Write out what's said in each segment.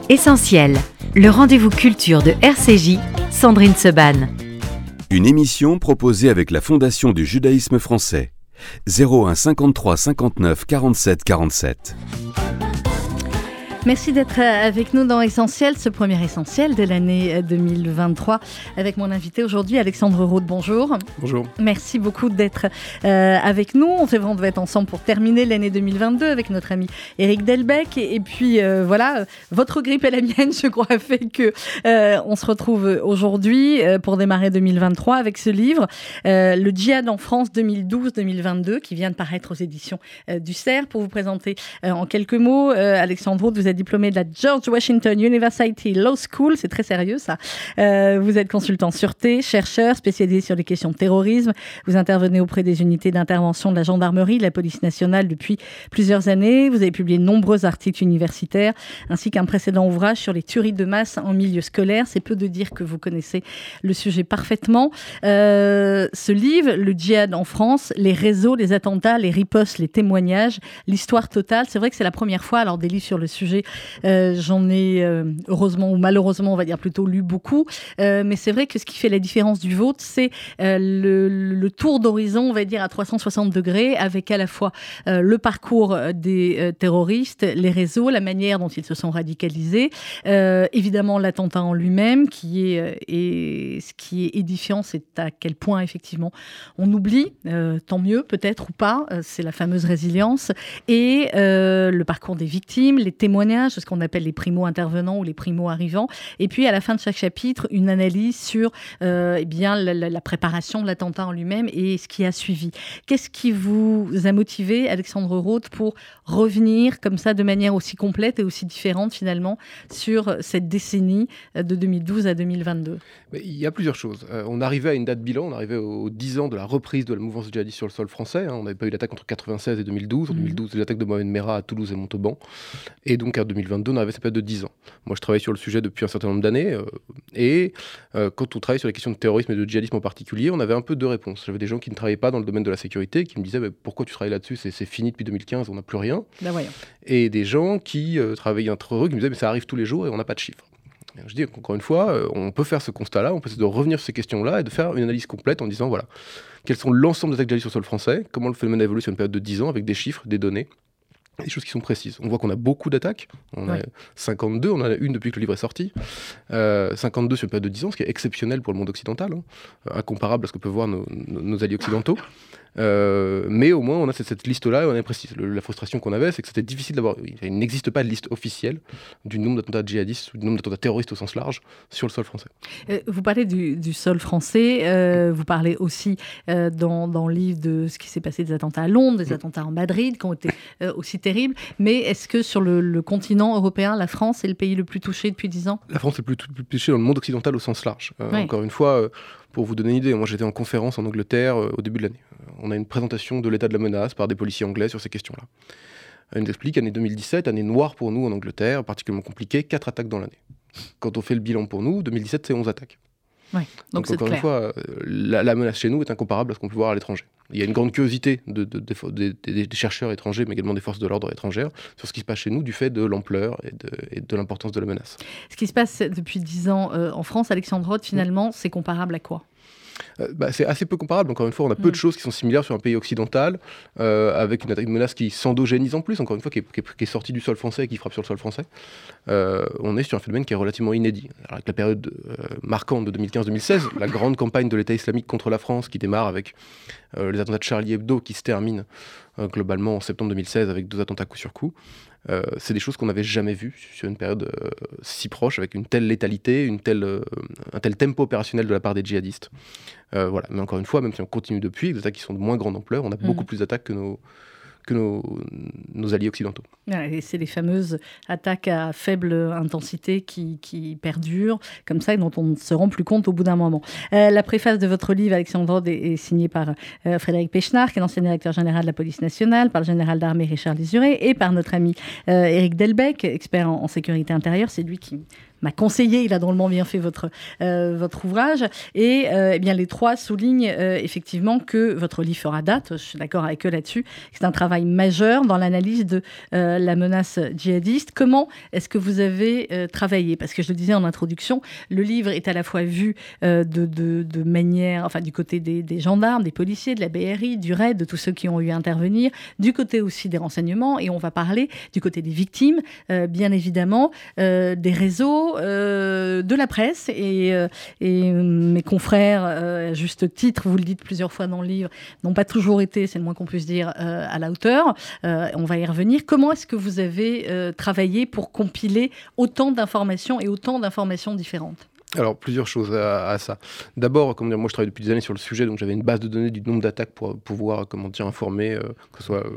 Essentiel, le rendez-vous culture de RCJ, Sandrine Seban. Une émission proposée avec la Fondation du judaïsme français. 01 53 59 47 47. Merci d'être avec nous dans Essentiel, ce premier Essentiel de l'année 2023, avec mon invité aujourd'hui, Alexandre Rode. Bonjour. Bonjour. Merci beaucoup d'être avec nous. On devait être ensemble pour terminer l'année 2022 avec notre ami Eric Delbecq. Et puis voilà, votre grippe et la mienne, je crois, fait que on se retrouve aujourd'hui pour démarrer 2023 avec ce livre, Le djihad en France 2012-2022, qui vient de paraître aux éditions du CERF. Pour vous présenter en quelques mots, Alexandre Rode, vous êtes diplômé de la George Washington University Law School, c'est très sérieux ça. Vous êtes consultant sûreté, chercheur spécialisé sur les questions de terrorisme. Vous intervenez auprès des unités d'intervention de la gendarmerie, de la police nationale depuis plusieurs années. Vous avez publié de nombreux articles universitaires, ainsi qu'un précédent ouvrage sur les tueries de masse en milieu scolaire. C'est peu de dire que vous connaissez le sujet parfaitement. Ce livre, Le djihad en France, les réseaux, les attentats, les ripostes, les témoignages, l'histoire totale. C'est vrai que c'est la première fois, alors des livres sur le sujet, j'en ai heureusement ou malheureusement, on va dire plutôt, lu beaucoup. Mais c'est vrai que ce qui fait la différence du vôtre, c'est le tour d'horizon, on va dire, à 360 degrés, avec à la fois le parcours des terroristes, les réseaux, la manière dont ils se sont radicalisés, évidemment l'attentat en lui-même, et ce qui est édifiant, c'est à quel point, effectivement, on oublie, tant mieux peut-être ou pas, c'est la fameuse résilience, et le parcours des victimes, les témoignages, ce qu'on appelle les primo-intervenants ou les primo-arrivants, et puis à la fin de chaque chapitre, une analyse sur la préparation de l'attentat en lui-même et ce qui a suivi. Qu'est-ce qui vous a motivé, Alexandre Rode, pour revenir comme ça de manière aussi complète et aussi différente finalement sur cette décennie de 2012 à 2022 ? Il y a plusieurs choses. On arrivait à une date bilan, on arrivait aux 10 ans de la reprise de la mouvance djihadiste sur le sol français. On n'avait pas eu d'attaque entre 1996 et 2012. En 2012, l'attaque de Mohamed Merah à Toulouse et Montauban. Et donc en 2022, on avait cette période de 10 ans. Moi, je travaille sur le sujet depuis un certain nombre d'années. Quand on travaille sur les questions de terrorisme et de djihadisme en particulier, on avait un peu deux réponses. J'avais des gens qui ne travaillaient pas dans le domaine de la sécurité, qui me disaient pourquoi tu travailles là-dessus, c'est fini depuis 2015, on n'a plus rien. Ben voyons. Et des gens qui travaillaient entre eux, qui me disaient mais ça arrive tous les jours et on n'a pas de chiffres. Et je dis encore une fois, on peut faire ce constat-là, on peut essayer de revenir sur ces questions-là et de faire une analyse complète en disant voilà, quels sont l'ensemble des attaques djihadistes sur le sol français, comment le phénomène a évolué sur une période de 10 ans avec des chiffres, des données, des choses qui sont précises. On voit qu'on a beaucoup d'attaques, on a 52, on en a une depuis que le livre est sorti, 52 sur une période de 10 ans, ce qui est exceptionnel pour le monde occidental, incomparable à ce que peuvent voir nos alliés occidentaux. Mais au moins on a cette liste-là et on est précise. La frustration qu'on avait, c'est que c'était difficile d'avoir. Il n'existe pas de liste officielle du nombre d'attentats djihadistes ou du nombre d'attentats terroristes au sens large sur le sol français. Vous parlez du sol français, vous parlez aussi dans le livre de ce qui s'est passé des attentats à Londres, des attentats en Madrid qui ont été aussi terribles. Mais est-ce que sur le continent européen, la France est le pays le plus touché depuis 10 ans ? La France est le plus touchée dans le monde occidental au sens large. Encore une fois, pour vous donner une idée, moi j'étais en conférence en Angleterre au début de l'année. On a une présentation de l'état de la menace par des policiers anglais sur ces questions-là. Ils nous expliquent, année 2017, année noire pour nous en Angleterre, particulièrement compliquée, 4 attaques dans l'année. Quand on fait le bilan pour nous, 2017 c'est 11 attaques. Ouais, donc c'est encore clair. Une fois, la menace chez nous est incomparable à ce qu'on peut voir à l'étranger. Il y a une grande curiosité des chercheurs étrangers, mais également des forces de l'ordre étrangères, sur ce qui se passe chez nous du fait de l'ampleur et de l'importance de la menace. Ce qui se passe depuis 10 ans en France, Alexandre Rode, finalement, c'est comparable à quoi ? C'est assez peu comparable. Encore une fois, on a peu de choses qui sont similaires sur un pays occidental, avec une menace qui s'endogénise en plus, encore une fois, qui est sortie du sol français et qui frappe sur le sol français. On est sur un phénomène qui est relativement inédit. Alors, avec la période marquante de 2015-2016, la grande campagne de l'État islamique contre la France qui démarre avec les attentats de Charlie Hebdo qui se terminent globalement en septembre 2016 avec 2 attentats coup sur coup. C'est des choses qu'on n'avait jamais vues sur une période si proche, avec une telle létalité, un tel tempo opérationnel de la part des djihadistes. Voilà. Mais encore une fois, même si on continue depuis, avec des attaques qui sont de moins grande ampleur, on a beaucoup plus d'attaques que nos alliés occidentaux. Et c'est les fameuses attaques à faible intensité qui perdurent, comme ça, et dont on ne se rend plus compte au bout d'un moment. La préface de votre livre, Alexandre Rode, est signée par Frédéric Pechnard, qui est l'ancien directeur général de la police nationale, par le général d'armée Richard Lézuré, et par notre ami Eric Delbecq, expert en sécurité intérieure. C'est lui qui m'a conseillé, il a drôlement bien fait votre ouvrage. Et bien, les trois soulignent effectivement que votre livre fera date, je suis d'accord avec eux là-dessus, c'est un travail majeur dans l'analyse de la menace djihadiste. Comment est-ce que vous avez travaillé ? Parce que je le disais en introduction, le livre est à la fois vu de manière, enfin du côté des gendarmes, des policiers, de la BRI, du RAID, de tous ceux qui ont eu à intervenir, du côté aussi des renseignements, et on va parler du côté des victimes, bien évidemment, des réseaux, de la presse, et mes confrères, à juste titre, vous le dites plusieurs fois dans le livre, n'ont pas toujours été, c'est le moins qu'on puisse dire, à la hauteur. On va y revenir. Comment est-ce que vous avez travaillé pour compiler autant d'informations et autant d'informations différentes ? Alors, plusieurs choses à ça. D'abord, moi je travaille depuis des années sur le sujet, donc j'avais une base de données du nombre d'attaques pour pouvoir informer, que ce soit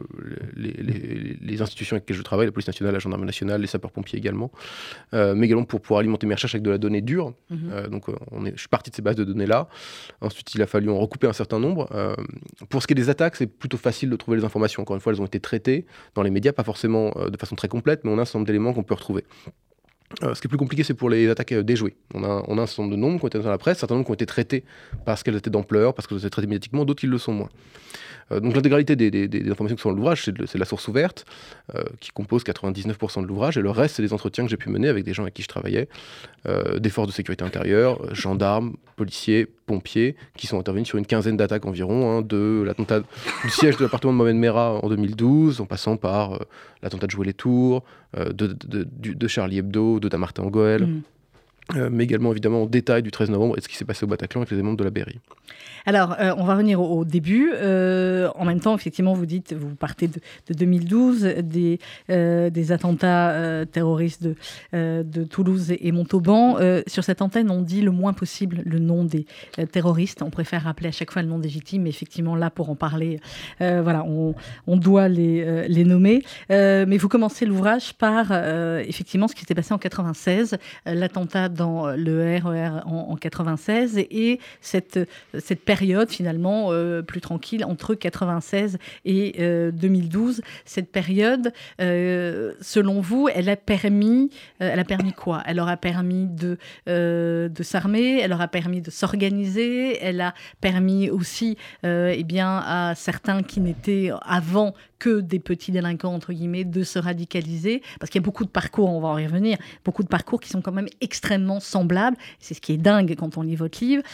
les institutions avec lesquelles je travaille, la police nationale, la gendarmerie nationale, les sapeurs-pompiers également, mais également pour pouvoir alimenter mes recherches avec de la donnée dure. Donc je suis parti de ces bases de données-là. Ensuite, il a fallu en recouper un certain nombre. Pour ce qui est des attaques, c'est plutôt facile de trouver les informations. Encore une fois, elles ont été traitées dans les médias, pas forcément de façon très complète, mais on a un certain nombre d'éléments qu'on peut retrouver. Ce qui est plus compliqué, c'est pour les attaques déjouées. On a un certain nombre de nombres qui ont été dans la presse, certains nombres qui ont été traités parce qu'elles étaient d'ampleur, parce qu'elles ont été traitées médiatiquement, d'autres qui le sont moins. Donc l'intégralité des informations qui sont dans l'ouvrage, c'est de la source ouverte, qui compose 99% de l'ouvrage, et le reste, c'est des entretiens que j'ai pu mener avec des gens avec qui je travaillais, des forces de sécurité intérieure, gendarmes, policiers, pompiers, qui sont intervenus sur une quinzaine d'attaques environ, de l'attentat du siège de l'appartement de Mohamed Merah en 2012, en passant par l'attentat de Jouer les Tours, de Charlie Hebdo, de Damartin en Goël, mais également évidemment en détail du 13 novembre et de ce qui s'est passé au Bataclan avec les membres de la BRI. Alors, on va revenir au début. En même temps, effectivement, vous partez de 2012, des attentats terroristes de Toulouse et Montauban. Sur cette antenne, on dit le moins possible le nom des terroristes. On préfère rappeler à chaque fois le nom des victimes, mais effectivement, là, pour en parler, voilà, on doit les nommer. Mais vous commencez l'ouvrage par, effectivement, ce qui s'était passé en 96, l'attentat dans le RER en 96, et cette période finalement plus tranquille entre 96 et 2012. Cette période, selon vous, elle a permis quoi ? Elle leur a permis de s'armer, elle leur a permis de s'organiser, elle a permis aussi à certains qui n'étaient avant que des petits délinquants, entre guillemets, de se radicaliser, parce qu'il y a beaucoup de parcours, on va en revenir, beaucoup de parcours qui sont quand même extrêmement semblables. C'est ce qui est dingue quand on lit votre livre,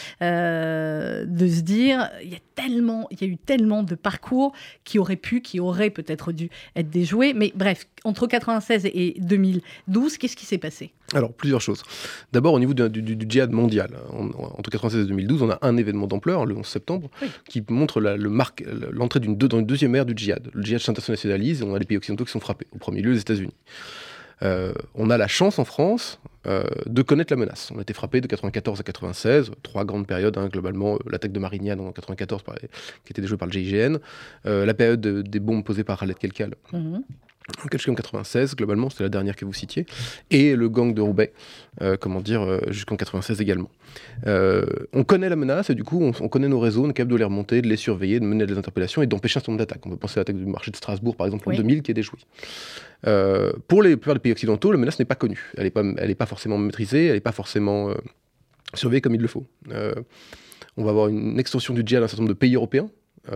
de se dire, il y a eu tellement de parcours qui auraient peut-être dû être déjoués. Mais bref, entre 96 et 2012, qu'est-ce qui s'est passé ? Alors, plusieurs choses. D'abord, au niveau du djihad mondial, entre 96 et 2012, on a un événement d'ampleur, le 11 septembre, qui montre l'entrée dans une deuxième ère du djihad. Le djihad s'internationalise et on a des pays occidentaux qui sont frappés, au premier lieu les États-Unis. On a la chance en France de connaître la menace. On a été frappé de 94 à 96, 3 grandes périodes, globalement, l'attaque de Marignane en 94 qui était déjouée par le GIGN, la période des bombes posées par Khaled Kelkal. Quelque chose comme 96, globalement, c'était la dernière que vous citiez, et le gang de Roubaix, jusqu'en 96 également. On connaît la menace, et du coup, on connaît nos réseaux, on est capable de les remonter, de les surveiller, de mener des interpellations et d'empêcher un certain nombre d'attaques. On peut penser à l'attaque du marché de Strasbourg, par exemple, en 2000, qui est déjouée. Pour la plupart des pays occidentaux, la menace n'est pas connue. Elle n'est pas forcément maîtrisée, elle n'est pas forcément surveillée comme il le faut. On va avoir une extension du djihad dans un certain nombre de pays européens.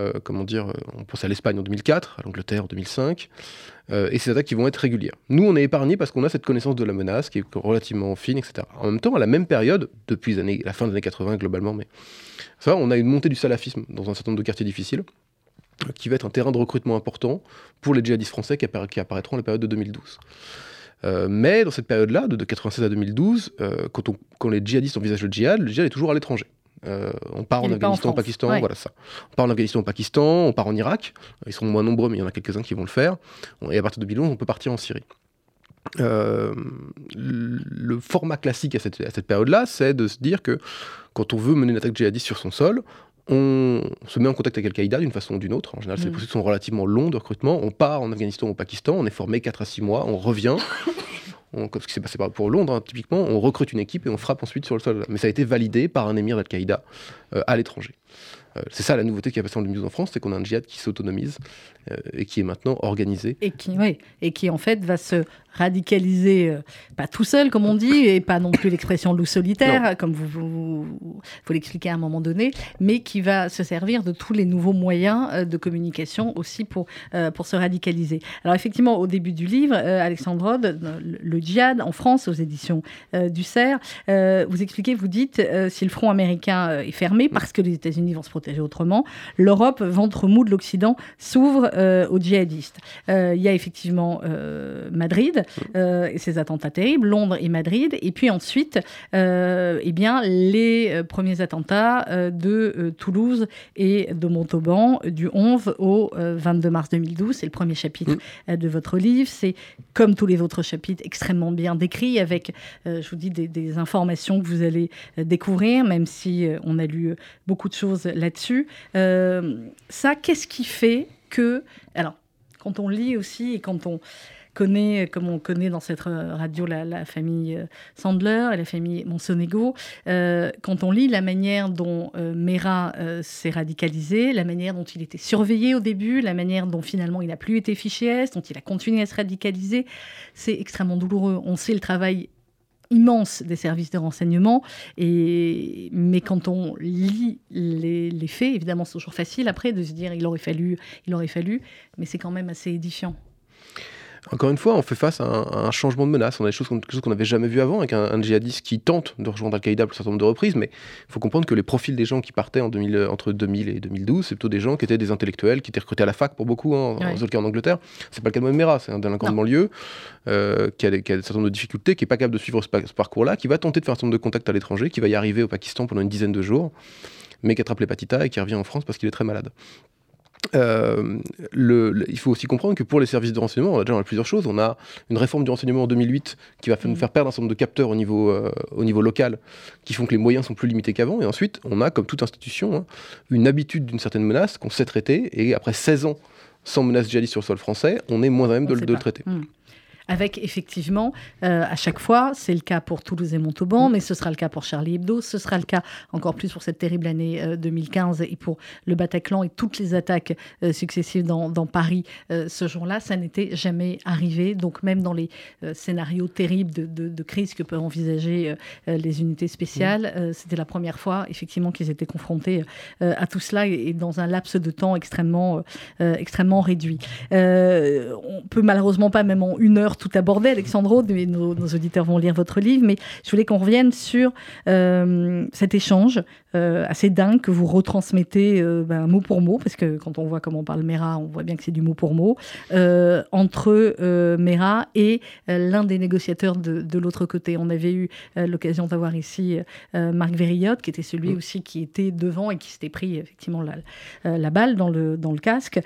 On pense à l'Espagne en 2004, à l'Angleterre en 2005, et ces attaques qui vont être régulières. Nous, on est épargnés parce qu'on a cette connaissance de la menace qui est relativement fine, etc. En même temps, à la même période, depuis la fin des années 80 globalement, mais ça, on a une montée du salafisme dans un certain nombre de quartiers difficiles, qui va être un terrain de recrutement important pour les djihadistes français qui apparaîtront à la période de 2012. Mais dans cette période-là, de 96 à 2012, quand les djihadistes envisagent le djihad est toujours à l'étranger. On part en Afghanistan, au Pakistan, voilà ça. On part en Afghanistan, au Pakistan, on part en Irak. Ils sont moins nombreux, mais il y en a quelques-uns qui vont le faire. Et à partir de 2011, on peut partir en Syrie. Le format classique à cette période-là, c'est de se dire que quand on veut mener une attaque djihadiste sur son sol, on se met en contact avec Al-Qaïda d'une façon ou d'une autre. En général, ces processus sont relativement longs de recrutement. On part en Afghanistan, au Pakistan, on est formé 4 à 6 mois, on revient. Comme ce qui s'est passé pour Londres, typiquement, on recrute une équipe et on frappe ensuite sur le sol. Mais ça a été validé par un émir d'Al-Qaïda à l'étranger. C'est ça la nouveauté qui a passé en 2012 en France, c'est qu'on a un djihad qui s'autonomise et qui est maintenant organisé. Et qui en fait va se radicalisé, pas tout seul, comme on dit, et pas non plus l'expression loup solitaire, comme vous l'expliquez à un moment donné, mais qui va se servir de tous les nouveaux moyens de communication aussi pour se radicaliser. Alors effectivement, au début du livre, Alexandre Rode, le djihad en France, aux éditions du CERF, vous expliquez, vous dites, si le front américain est fermé parce que les États-Unis vont se protéger autrement, l'Europe, ventre mou de l'Occident, s'ouvre aux djihadistes. Il y a effectivement Madrid et ses attentats terribles, Londres et Madrid, et puis ensuite, les premiers attentats de Toulouse et de Montauban du 11 au 22 mars 2012. C'est le premier chapitre de votre livre. C'est, comme tous les autres chapitres, extrêmement bien décrit, avec, je vous dis, des informations que vous allez découvrir, même si on a lu beaucoup de choses là-dessus. Ça, qu'est-ce qui fait que... Alors, quand on lit aussi et quand on connaît, comme on connaît dans cette radio la famille Sandler et la famille Monsonego, quand on lit la manière dont Merah s'est radicalisé, la manière dont il était surveillé au début, la manière dont finalement il n'a plus été fiché S, dont il a continué à se radicaliser, c'est extrêmement douloureux. On sait le travail immense des services de renseignement, mais quand on lit les faits, évidemment c'est toujours facile après de se dire il aurait fallu, mais c'est quand même assez édifiant. Encore une fois, on fait face à un changement de menace. On a des choses qu'on n'avait jamais vues avant, avec un djihadiste qui tente de rejoindre Al-Qaïda pour un certain nombre de reprises, mais il faut comprendre que les profils des gens qui partaient entre 2000 et 2012, c'est plutôt des gens qui étaient des intellectuels, qui étaient recrutés à la fac pour beaucoup, en cas en Angleterre. C'est pas le cas de Mohamed Merah, c'est un délinquant de banlieue qui a un certain nombre de difficultés, qui n'est pas capable de suivre ce parcours-là, qui va tenter de faire un certain nombre de contacts à l'étranger, qui va y arriver au Pakistan pendant une dizaine de jours, mais qui attrape l'hépatite A et qui revient en France parce qu'il est très malade. Il faut aussi comprendre que pour les services de renseignement, on a déjà plusieurs choses. On a une réforme du renseignement en 2008 qui va nous faire perdre un certain nombre de capteurs au niveau local, qui font que les moyens sont plus limités qu'avant. Et ensuite, on a, comme toute institution, une habitude d'une certaine menace qu'on sait traiter. Et après 16 ans sans menace djihadiste sur le sol français, on est moins à même de le traiter. Avec effectivement, à chaque fois, c'est le cas pour Toulouse et Montauban, mais ce sera le cas pour Charlie Hebdo, ce sera le cas encore plus pour cette terrible année 2015 et pour le Bataclan et toutes les attaques successives dans Paris ce jour-là. Ça n'était jamais arrivé. Donc même dans les scénarios terribles de crise que peuvent envisager les unités spéciales, c'était la première fois effectivement qu'ils étaient confrontés à tout cela et dans un laps de temps extrêmement réduit. On peut malheureusement pas, même en une heure, tout aborder, Alexandre, mais nos auditeurs vont lire votre livre, mais je voulais qu'on revienne sur cet échange assez dingue que vous retransmettez mot pour mot, parce que quand on voit comment on parle Merah, on voit bien que c'est du mot pour mot, entre Merah et l'un des négociateurs de l'autre côté. On avait eu l'occasion d'avoir ici Marc Vériotte, qui était celui aussi qui était devant et qui s'était pris effectivement la balle dans le casque.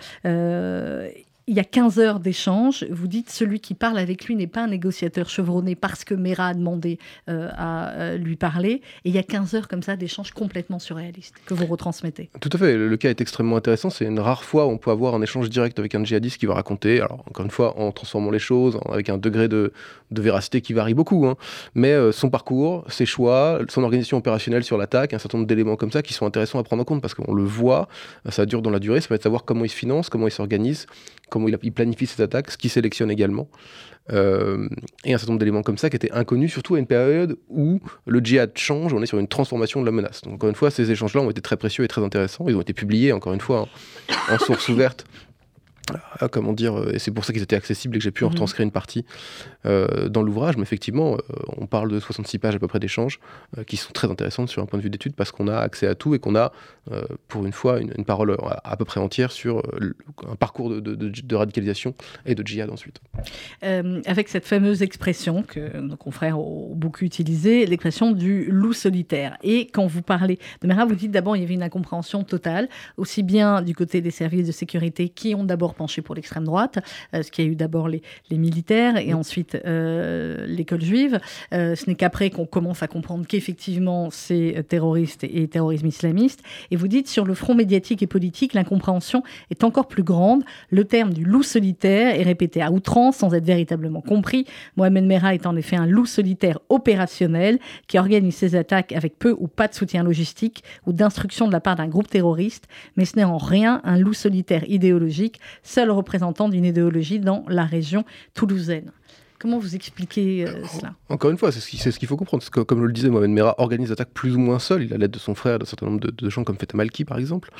Il y a 15 heures d'échange. Vous dites celui qui parle avec lui n'est pas un négociateur chevronné parce que Merah a demandé à lui parler. Et il y a 15 heures comme ça d'échange complètement surréaliste que vous retransmettez. Tout à fait. Le cas est extrêmement intéressant. C'est une rare fois où on peut avoir un échange direct avec un djihadiste qui va raconter, alors encore une fois en transformant les choses, avec un degré de véracité qui varie beaucoup, mais son parcours, ses choix, son organisation opérationnelle sur l'attaque, un certain nombre d'éléments comme ça qui sont intéressants à prendre en compte parce qu'on le voit, ça dure dans la durée, ça va être savoir comment il se finance, comment il s'organise, comment il planifie ses attaques, ce qu'il sélectionne également. Et un certain nombre d'éléments comme ça qui étaient inconnus, surtout à une période où le djihad change, on est sur une transformation de la menace. Donc encore une fois, ces échanges-là ont été très précieux et très intéressants. Ils ont été publiés, encore une fois, en source ouverte. Comment dire, et c'est pour ça qu'ils étaient accessibles et que j'ai pu en retranscrire une partie dans l'ouvrage, mais effectivement on parle de 66 pages à peu près d'échanges qui sont très intéressantes sur un point de vue d'étude parce qu'on a accès à tout et qu'on a pour une fois une parole à peu près entière sur un parcours de radicalisation et de djihad ensuite. Avec cette fameuse expression que nos confrères ont beaucoup utilisée, l'expression du loup solitaire. Et quand vous parlez de Merah, vous dites d'abord il y avait une incompréhension totale, aussi bien du côté des services de sécurité qui ont d'abord penché pour l'extrême droite, ce qui a eu d'abord les militaires et ensuite l'école juive. Ce n'est qu'après qu'on commence à comprendre qu'effectivement c'est terroriste et terrorisme islamiste. Et vous dites sur le front médiatique et politique, l'incompréhension est encore plus grande. Le terme du loup solitaire est répété à outrance sans être véritablement compris. Mohamed Merah est en effet un loup solitaire opérationnel qui organise ses attaques avec peu ou pas de soutien logistique ou d'instruction de la part d'un groupe terroriste, mais ce n'est en rien un loup solitaire idéologique, seul représentant d'une idéologie dans la région toulousaine. Comment vous expliquez cela ? Encore une fois, c'est ce qu'il faut comprendre. Parce que, comme je le disais, Mohamed Merah organise l'attaque plus ou moins seul. Il a l'aide de son frère, d'un certain nombre de gens comme Feta Malki, par exemple.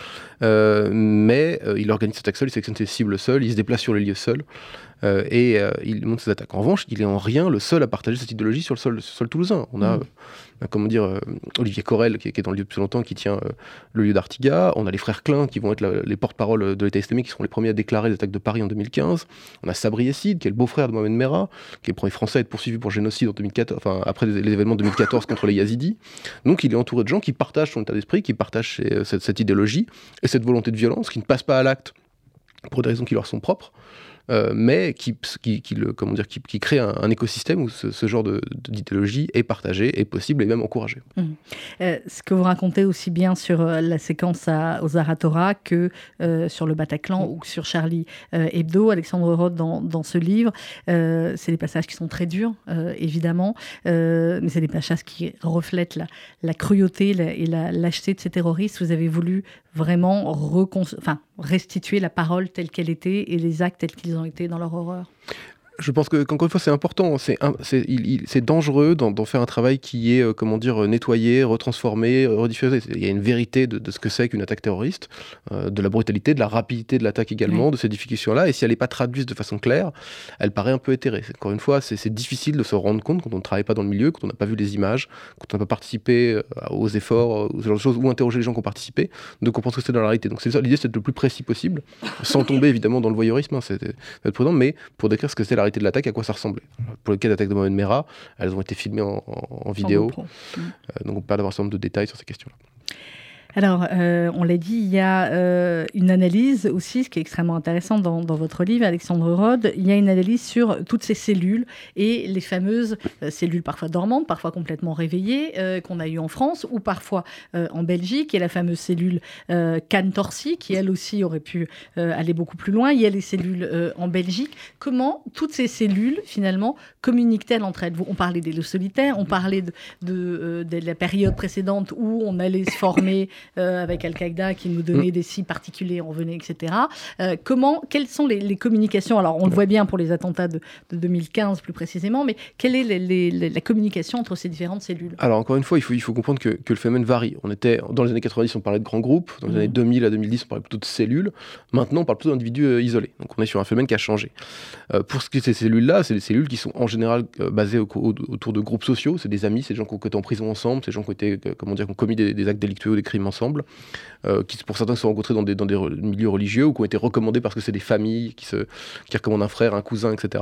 Mais il organise cette attaque seul, il sélectionne ses cibles seul, il se déplace sur les lieux seul. Il monte ses attaques. En revanche, il est en rien le seul à partager cette idéologie sur le sol toulousain. On a, Olivier Correl, qui est dans le lieu depuis longtemps, qui tient le lieu d'Artigas. On a les frères Klein, qui vont être les porte-parole de l'État islamique, qui seront les premiers à déclarer les attaques de Paris en 2015. On a Sabri Essid, qui est le beau-frère de Mohamed Merah, qui est le premier français à être poursuivi pour génocide en 2014, après les événements de 2014 contre les Yazidis. Donc il est entouré de gens qui partagent son état d'esprit, qui partagent cette idéologie et cette volonté de violence, qui ne passe pas à l'acte pour des raisons qui leur sont propres. Mais qui crée un écosystème où ce genre d'idéologie est partagé, est possible et même encouragé. Ce que vous racontez aussi bien sur la séquence aux Zaratora que sur le Bataclan ou sur Charlie Hebdo, Alexandre Rode dans ce livre, c'est des passages qui sont très durs, évidemment, mais c'est des passages qui reflètent la cruauté et la lâcheté de ces terroristes. Vous avez voulu vraiment restituer la parole telle qu'elle était et les actes tels qu'ils ont été dans leur horreur. Je pense qu'encore une fois, c'est important. C'est dangereux d'en faire un travail qui est, nettoyé, retransformé, rediffusé. Il y a une vérité de ce que c'est qu'une attaque terroriste, de la brutalité, de la rapidité de l'attaque également, de ces difficultés-là. Et si elle n'est pas traduite de façon claire, elle paraît un peu éthérée. Encore une fois, c'est difficile de se rendre compte quand on ne travaille pas dans le milieu, quand on n'a pas vu les images, quand on n'a pas participé aux efforts, ce genre de choses, ou interroger les gens qui ont participé, de comprendre ce que c'est dans la réalité. Donc l'idée, c'est d'être le plus précis possible, sans tomber évidemment dans le voyeurisme, c'est être prudent, mais pour décrire ce que c'est la réalité de l'attaque, à quoi ça ressemblait. Pour le cas d'attaque de Mohamed Merah, elles ont été filmées en vidéo, donc on peut avoir un certain nombre de détails sur ces questions-là. Alors, on l'a dit, il y a une analyse aussi, ce qui est extrêmement intéressant dans votre livre, Alexandre Rode. Il y a une analyse sur toutes ces cellules et les fameuses cellules parfois dormantes, parfois complètement réveillées, qu'on a eues en France ou parfois en Belgique. Il y a la fameuse cellule Can-Torcy, qui elle aussi aurait pu aller beaucoup plus loin. Il y a les cellules en Belgique. Comment toutes ces cellules, finalement, communiquent-elles entre elles ? On parlait des loups solitaires, on parlait de la période précédente où on allait se former avec Al-Qaïda qui nous donnait des sites particuliers, on revenait, etc. Quelles sont les communications ? Alors, on le voit bien pour les attentats de 2015 plus précisément, mais quelle est la communication entre ces différentes cellules ? Alors, encore une fois, il faut comprendre que le phénomène varie. Dans les années 90, on parlait de grands groupes. Dans les années 2000 à 2010, on parlait plutôt de cellules. Maintenant, on parle plutôt d'individus isolés. Donc, on est sur un phénomène qui a changé. Pour ce qui est de ces cellules-là, c'est des cellules qui sont en général basées autour de groupes sociaux. C'est des amis, c'est des gens qui ont été en prison ensemble, c'est des gens qui ont commis des actes délictueux ou des crimes ensemble, qui pour certains se sont rencontrés dans des milieux religieux ou qui ont été recommandés parce que c'est des familles qui recommandent un frère, un cousin, etc.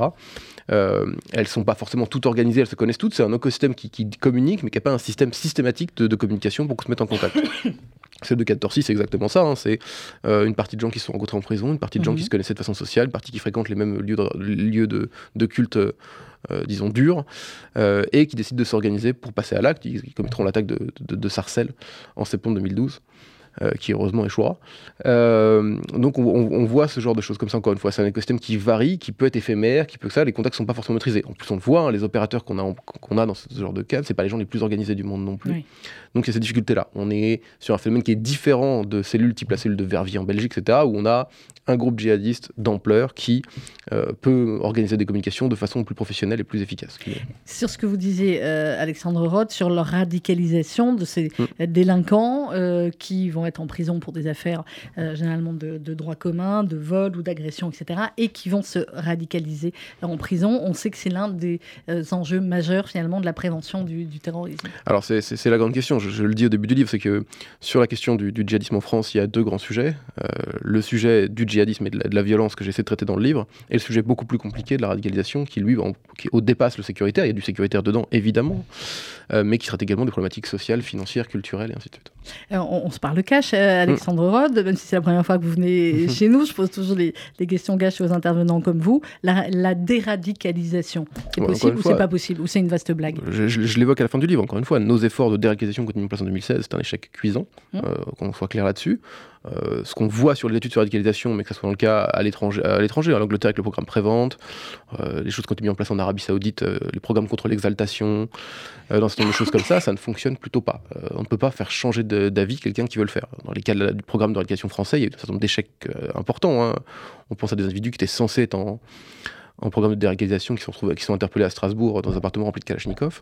Elles sont pas forcément toutes organisées, elles se connaissent toutes, c'est un écosystème qui communique mais qui n'a pas un système systématique de communication pour qu'on se mette en contact. Celle de Can-Torcy, c'est exactement ça, c'est une partie de gens qui se sont rencontrés en prison, une partie de gens qui se connaissaient de façon sociale, une partie qui fréquentent les mêmes lieux de culte disons durs, et qui décident de s'organiser pour passer à l'acte. Ils commettront l'attaque de Sarcelles en septembre 2012. Qui heureusement échouera. Donc on voit ce genre de choses comme ça, encore une fois. C'est un écosystème qui varie, qui peut être éphémère, qui peut que ça, les contacts ne sont pas forcément maîtrisés. En plus on le voit, les opérateurs qu'on a dans ce genre de cas, c'est pas les gens les plus organisés du monde non plus. Oui. Donc il y a ces difficultés-là. On est sur un phénomène qui est différent de cellules type la cellule de Verviers en Belgique, etc., où on a un groupe djihadiste d'ampleur qui peut organiser des communications de façon plus professionnelle et plus efficace. Sur ce que vous disiez, Alexandre Rode, sur leur radicalisation de ces délinquants qui vont être en prison pour des affaires généralement de droit commun, de vol ou d'agression, etc., et qui vont se radicaliser en prison. On sait que c'est l'un des enjeux majeurs finalement de la prévention du terrorisme. Alors c'est la grande question, je le dis au début du livre, c'est que sur la question du djihadisme en France, il y a deux grands sujets. Le sujet du djihadisme et de la violence que j'essaie de traiter dans le livre, et le sujet beaucoup plus compliqué de la radicalisation qui lui dépasse le sécuritaire. Il y a du sécuritaire dedans évidemment, mais qui traite également des problématiques sociales, financières, culturelles et ainsi de suite. On se parle cash, Alexandre Rode, même si c'est la première fois que vous venez chez nous, je pose toujours les questions cash aux intervenants comme vous. La déradicalisation, c'est possible ou c'est pas possible, ou c'est une vaste blague? Je l'évoque à la fin du livre, encore une fois, nos efforts de déradicalisation qu'on a mis en place en 2016, c'est un échec cuisant, qu'on soit clair là-dessus. Ce qu'on voit sur les études sur la radicalisation, mais que ce soit dans le cas à l'étranger, en Angleterre avec le programme Prévente, les choses qui ont été mises en place en Arabie Saoudite, les programmes contre l'exaltation, dans un certain nombre de choses comme ça ne fonctionne plutôt pas. On ne peut pas faire changer d'avis quelqu'un qui veut le faire. Dans les cas du programme de radicalisation français, il y a eu un certain nombre d'échecs importants. On pense à des individus qui étaient censés être en programme de déradicalisation qui sont interpellés à Strasbourg dans un appartement rempli de Kalachnikov.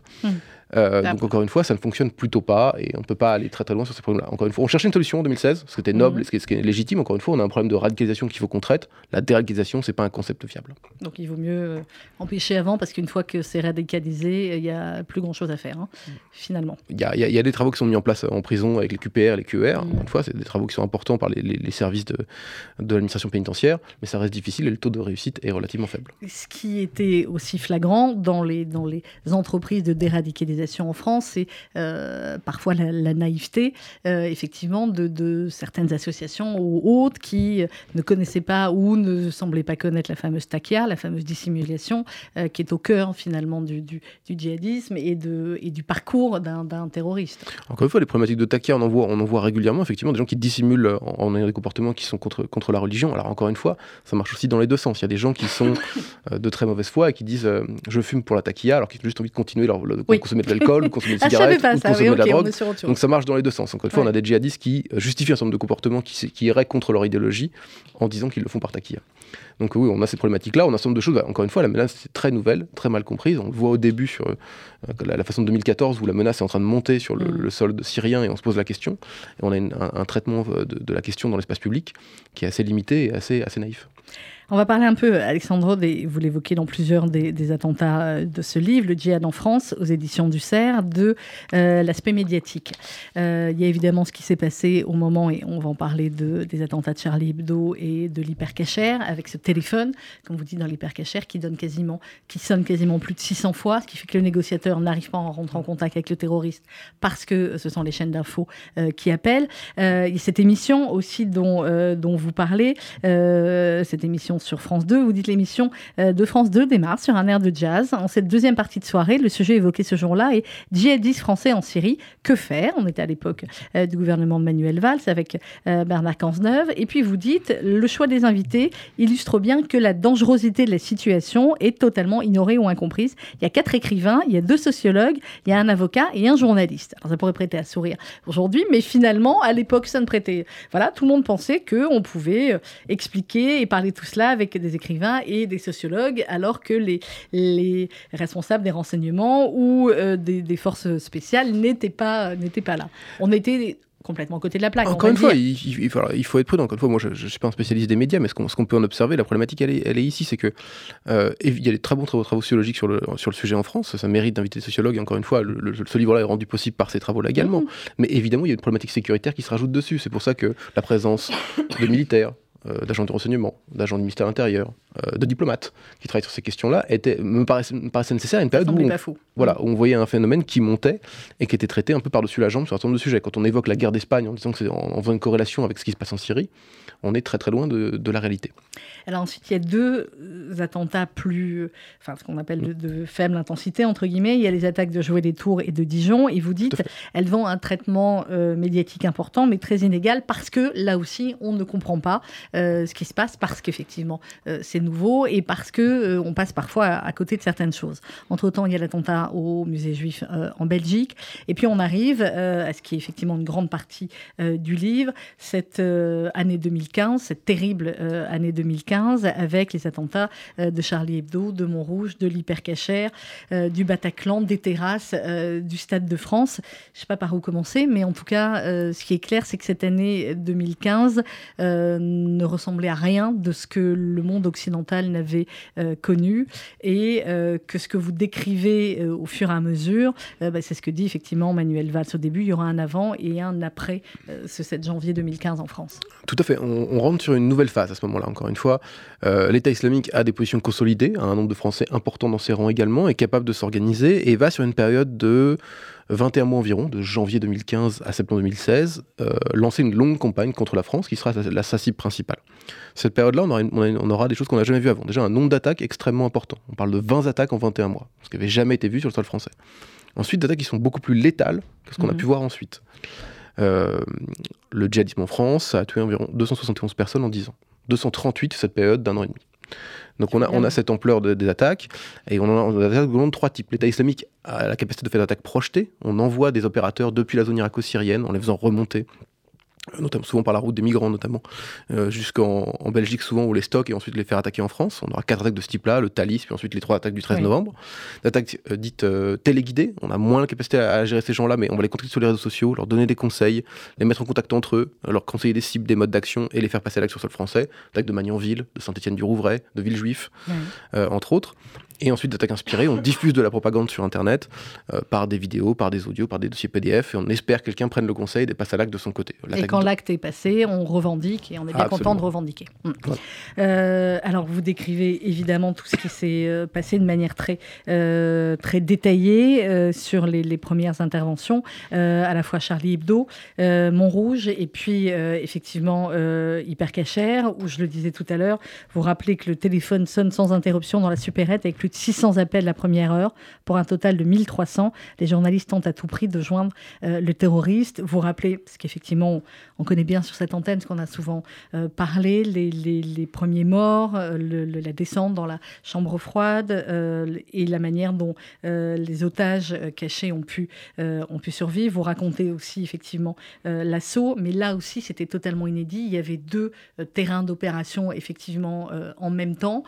Donc encore une fois, ça ne fonctionne plutôt pas et on ne peut pas aller très très loin sur ces problèmes-là. Encore une fois, on cherchait une solution en 2016, ce qui était noble, ce qui est légitime. Encore une fois, on a un problème de radicalisation qu'il faut qu'on traite. La déradicalisation, c'est pas un concept fiable. Donc il vaut mieux empêcher avant, parce qu'une fois que c'est radicalisé, il n'y a plus grand-chose à faire, finalement. Il y a des travaux qui sont mis en place en prison avec les QPR, les QER. Encore une fois, c'est des travaux qui sont importants par les services de l'administration pénitentiaire, mais ça reste difficile et le taux de réussite est relativement faible. Ce qui était aussi flagrant dans les entreprises de déradicalisation en France, c'est parfois la naïveté, effectivement, de certaines associations ou autres qui ne connaissaient pas ou ne semblaient pas connaître la fameuse taqiyya, la fameuse dissimulation, qui est au cœur finalement du djihadisme et du parcours d'un terroriste. Encore une fois, les problématiques de taqiyya, on en voit régulièrement, effectivement, des gens qui dissimulent en ayant des comportements qui sont contre la religion. Alors encore une fois, ça marche aussi dans les deux sens. Il y a des gens qui sont de très mauvaise foi et qui disent je fume pour la taqiyya, alors qu'ils ont juste envie de continuer consommer de l'alcool, ou consommer des cigarettes, ou consommer de la drogue. Donc ça marche dans les deux sens. Encore une fois, on a des djihadistes qui justifient un certain nombre de comportements qui iraient contre leur idéologie en disant qu'ils le font par taqiyya. Donc oui, on a ces problématiques-là, on a un certain nombre de choses. Encore une fois, la menace c'est très nouvelle, très mal comprise. On le voit au début sur la façon de 2014 où la menace est en train de monter sur le sol syrien et on se pose la question. Et on a un traitement de la question dans l'espace public qui est assez limité et assez naïf. On va parler un peu, Alexandre, vous l'évoquez dans plusieurs des attentats de ce livre, Le djihad en France, aux éditions du CERF, de l'aspect médiatique. Il y a évidemment ce qui s'est passé au moment, et on va en parler, des attentats de Charlie Hebdo et de l'hypercacher, avec ce téléphone, comme vous dites dans l'hypercacher, qui sonne quasiment plus de 600 fois, ce qui fait que le négociateur n'arrive pas à rentrer en contact avec le terroriste, parce que ce sont les chaînes d'infos qui appellent. Il y a cette émission aussi dont vous parlez, cette émission sur France 2. Vous dites l'émission de France 2 démarre sur un air de jazz. En cette deuxième partie de soirée, le sujet évoqué ce jour-là est djihadistes français en Syrie. Que faire ? On était à l'époque du gouvernement de Manuel Valls avec Bernard Cazeneuve. Et puis vous dites, le choix des invités illustre bien que la dangerosité de la situation est totalement ignorée ou incomprise. Il y a 4 écrivains, il y a 2 sociologues, il y a un avocat et un journaliste. Alors ça pourrait prêter à sourire aujourd'hui, mais finalement, à l'époque, ça ne prêtait. Voilà, tout le monde pensait qu'on pouvait expliquer et parler de tout cela avec des écrivains et des sociologues, alors que les responsables des renseignements ou des forces spéciales n'étaient pas là. On était complètement à côté de la plaque. Encore une fois, il faut être prudent. Encore une fois, moi, je ne suis pas un spécialiste des médias, mais ce qu'on peut en observer, la problématique, elle est ici, c'est que il y a des très bons travaux sociologiques sur le sujet en France. Ça mérite d'inviter des sociologues. Encore une fois, ce livre-là est rendu possible par ces travaux-là également. Mais évidemment, il y a une problématique sécuritaire qui se rajoute dessus. C'est pour ça que la présence de militaires, d'agents de renseignement, d'agents du ministère de l'Intérieur, de diplomates qui travaillent sur ces questions-là me paraissait nécessaire à une période où on voyait un phénomène qui montait et qui était traité un peu par-dessus la jambe sur un certain nombre de sujets. Quand on évoque la guerre d'Espagne en disant que c'est en faisant une corrélation avec ce qui se passe en Syrie, on est très très loin de la réalité. Alors ensuite, il y a 2 attentats ce qu'on appelle de faible intensité, entre guillemets. Il y a les attaques de Joué des Tours et de Dijon, et vous dites, elles ont un traitement médiatique important, mais très inégal, parce que là aussi, on ne comprend pas ce qui se passe, parce qu'effectivement, c'est nouveau, et parce qu'on passe parfois à côté de certaines choses. Entre-temps, il y a l'attentat au musée juif en Belgique, et puis on arrive à ce qui est effectivement une grande partie du livre, cette année 2015, cette terrible année 2015, avec les attentats de Charlie Hebdo, de Montrouge, de l'hypercacher, du Bataclan, des terrasses, du Stade de France. Je ne sais pas par où commencer, mais en tout cas, ce qui est clair, c'est que cette année 2015 ne ressemblait à rien de ce que le monde occidental n'avait connu, et que ce que vous décrivez au fur et à mesure, c'est ce que dit effectivement Manuel Valls au début. Il y aura un avant et un après ce 7 janvier 2015 en France. Tout à fait. On rentre sur une nouvelle phase à ce moment-là. Encore une fois, l'État islamique a des positions consolidées, a un nombre de Français important dans ses rangs également, est capable de s'organiser et va sur une période de 21 mois environ, de janvier 2015 à septembre 2016, lancer une longue campagne contre la France qui sera sa cible principale. Cette période-là, on aura des choses qu'on n'a jamais vues avant. Déjà, un nombre d'attaques extrêmement important. On parle de 20 attaques en 21 mois, ce qui n'avait jamais été vu sur le sol français. Ensuite, d'attaques qui sont beaucoup plus létales que ce qu'on a pu voir ensuite. Le djihadisme en France, ça a tué environ 271 personnes en 10 ans. 238 sur cette période d'1 an et demi. Donc on a cette ampleur des attaques, et on a des attaques de 3 types. L'État islamique a la capacité de faire des attaques projetées. On envoie des opérateurs depuis la zone irako-syrienne en les faisant remonter notamment souvent par la route des migrants notamment, jusqu'en Belgique souvent, où les stockent et ensuite les faire attaquer en France. On aura 4 attaques de ce type-là, le Thalys, puis ensuite les 3 attaques du 13 novembre. D'attaques dites téléguidées, on a moins la capacité à gérer ces gens-là, mais on va les contacter sur les réseaux sociaux, leur donner des conseils, les mettre en contact entre eux, leur conseiller des cibles, des modes d'action et les faire passer à l'acte sur le sol français. Attaques de Magnanville, de Saint-Étienne-du-Rouvray, de Villejuif, entre autres. Et ensuite, d'attaques inspirées, on diffuse de la propagande sur Internet par des vidéos, par des audios, par des dossiers PDF, et on espère que quelqu'un prenne le conseil et passe à l'acte de son côté. Et quand l'acte est passé, on revendique, et on est bien content de revendiquer. Voilà. Alors, vous décrivez évidemment tout ce qui s'est passé de manière très détaillée sur les premières interventions, à la fois Charlie Hebdo, Montrouge, et puis effectivement Hypercacher, où je le disais tout à l'heure, vous rappelez que le téléphone sonne sans interruption dans la supérette avec plus de 600 appels la première heure, pour un total de 1300. Les journalistes tentent à tout prix de joindre le terroriste. Vous rappelez, parce qu'effectivement, on connaît bien sur cette antenne ce qu'on a souvent parlé, les premiers morts, la descente dans la chambre froide et la manière dont les otages cachés ont pu survivre. Vous racontez aussi effectivement l'assaut, mais là aussi, c'était totalement inédit. Il y avait 2 terrains d'opération effectivement en même temps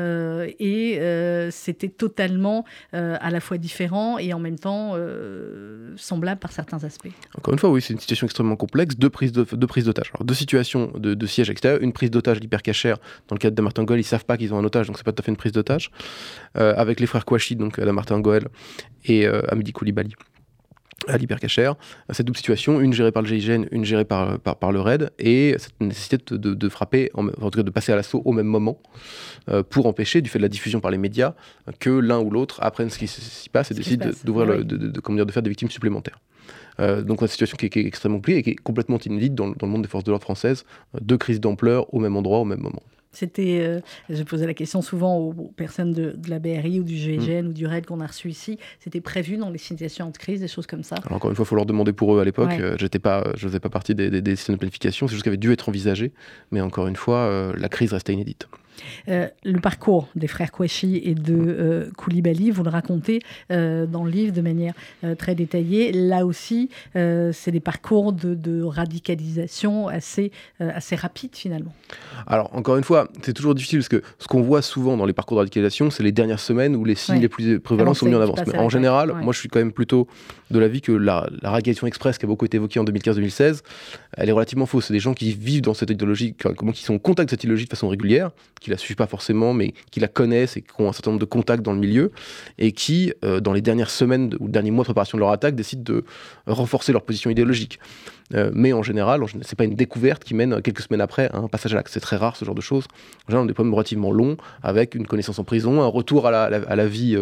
et c'était totalement à la fois différent et en même temps semblable par certains aspects. Encore une fois, oui, c'est une situation extrêmement complexe, 2 prises d'otages. Alors, 2 situations de siège extérieur, une prise d'otage d'Hypercacher, dans le cadre de Martin Goël, ils ne savent pas qu'ils ont un otage, donc c'est pas tout à fait une prise d'otage, avec les frères Kouachi, donc Adam Martin Goël et Hamidi Koulibaly à l'Hypercacher. Cette double situation, une gérée par le GIGN, une gérée par le RAID, et cette nécessité de frapper, en tout cas de passer à l'assaut au même moment, pour empêcher, du fait de la diffusion par les médias, que l'un ou l'autre apprenne ce qui s'y passe et décide de faire des victimes supplémentaires. Donc une situation qui est extrêmement compliquée et qui est complètement inédite dans le monde des forces de l'ordre françaises, 2 crises d'ampleur au même endroit, au même moment. C'était, je posais la question souvent aux personnes de la BRI ou du GIGN ou du RAID qu'on a reçu ici. C'était prévu dans les situations de crise, des choses comme ça? Alors encore une fois, il faut leur demander pour eux à l'époque. Je ne faisais pas partie des systèmes de planification. C'est juste qui avait dû être envisagé. Mais encore une fois, la crise restait inédite. Le parcours des frères Kouachi et de Koulibaly, vous le racontez dans le livre de manière très détaillée. Là aussi, c'est des parcours de radicalisation assez rapides finalement. Alors encore une fois, c'est toujours difficile parce que ce qu'on voit souvent dans les parcours de radicalisation, c'est les dernières semaines où les signes les plus prévalents sont mis en avance. Mais en général, moi je suis quand même plutôt de l'avis que la radicalisation express qui a beaucoup été évoquée en 2015-2016, elle est relativement fausse. C'est des gens qui vivent dans cette idéologie, qui sont en contact de cette idéologie de façon régulière, qui la suivent pas forcément, mais qui la connaissent et qui ont un certain nombre de contacts dans le milieu, et qui, dans les dernières semaines ou derniers mois de préparation de leur attaque, décident de renforcer leur position idéologique. Mais en général, c'est pas une découverte qui mène quelques semaines après à un passage à l'acte. C'est très rare ce genre de choses. En général, on a des problèmes relativement longs, avec une connaissance en prison, un retour à la vie,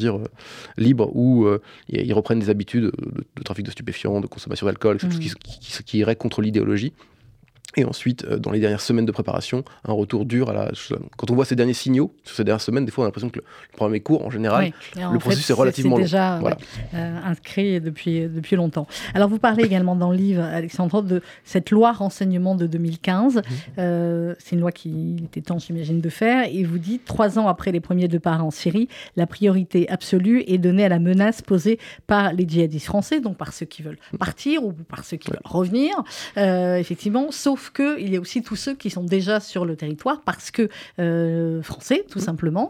libre, où ils reprennent des habitudes de trafic de stupéfiants, de consommation d'alcool, quelque chose qui irait contre l'idéologie. Et ensuite, dans les dernières semaines de préparation, un retour dur Quand on voit ces derniers signaux, sur ces dernières semaines, des fois on a l'impression que le programme est court. En général, le processus est relativement long. C'est déjà inscrit depuis longtemps. Alors vous parlez également dans le livre, Alexandre, de cette loi renseignement de 2015. C'est une loi qu'il était temps, j'imagine, de faire. Et vous dites, 3 ans après les premiers départs en Syrie, la priorité absolue est donnée à la menace posée par les djihadistes français, donc par ceux qui veulent partir ou par ceux qui veulent revenir, effectivement, sauf qu'il y a aussi tous ceux qui sont déjà sur le territoire parce que français, tout simplement,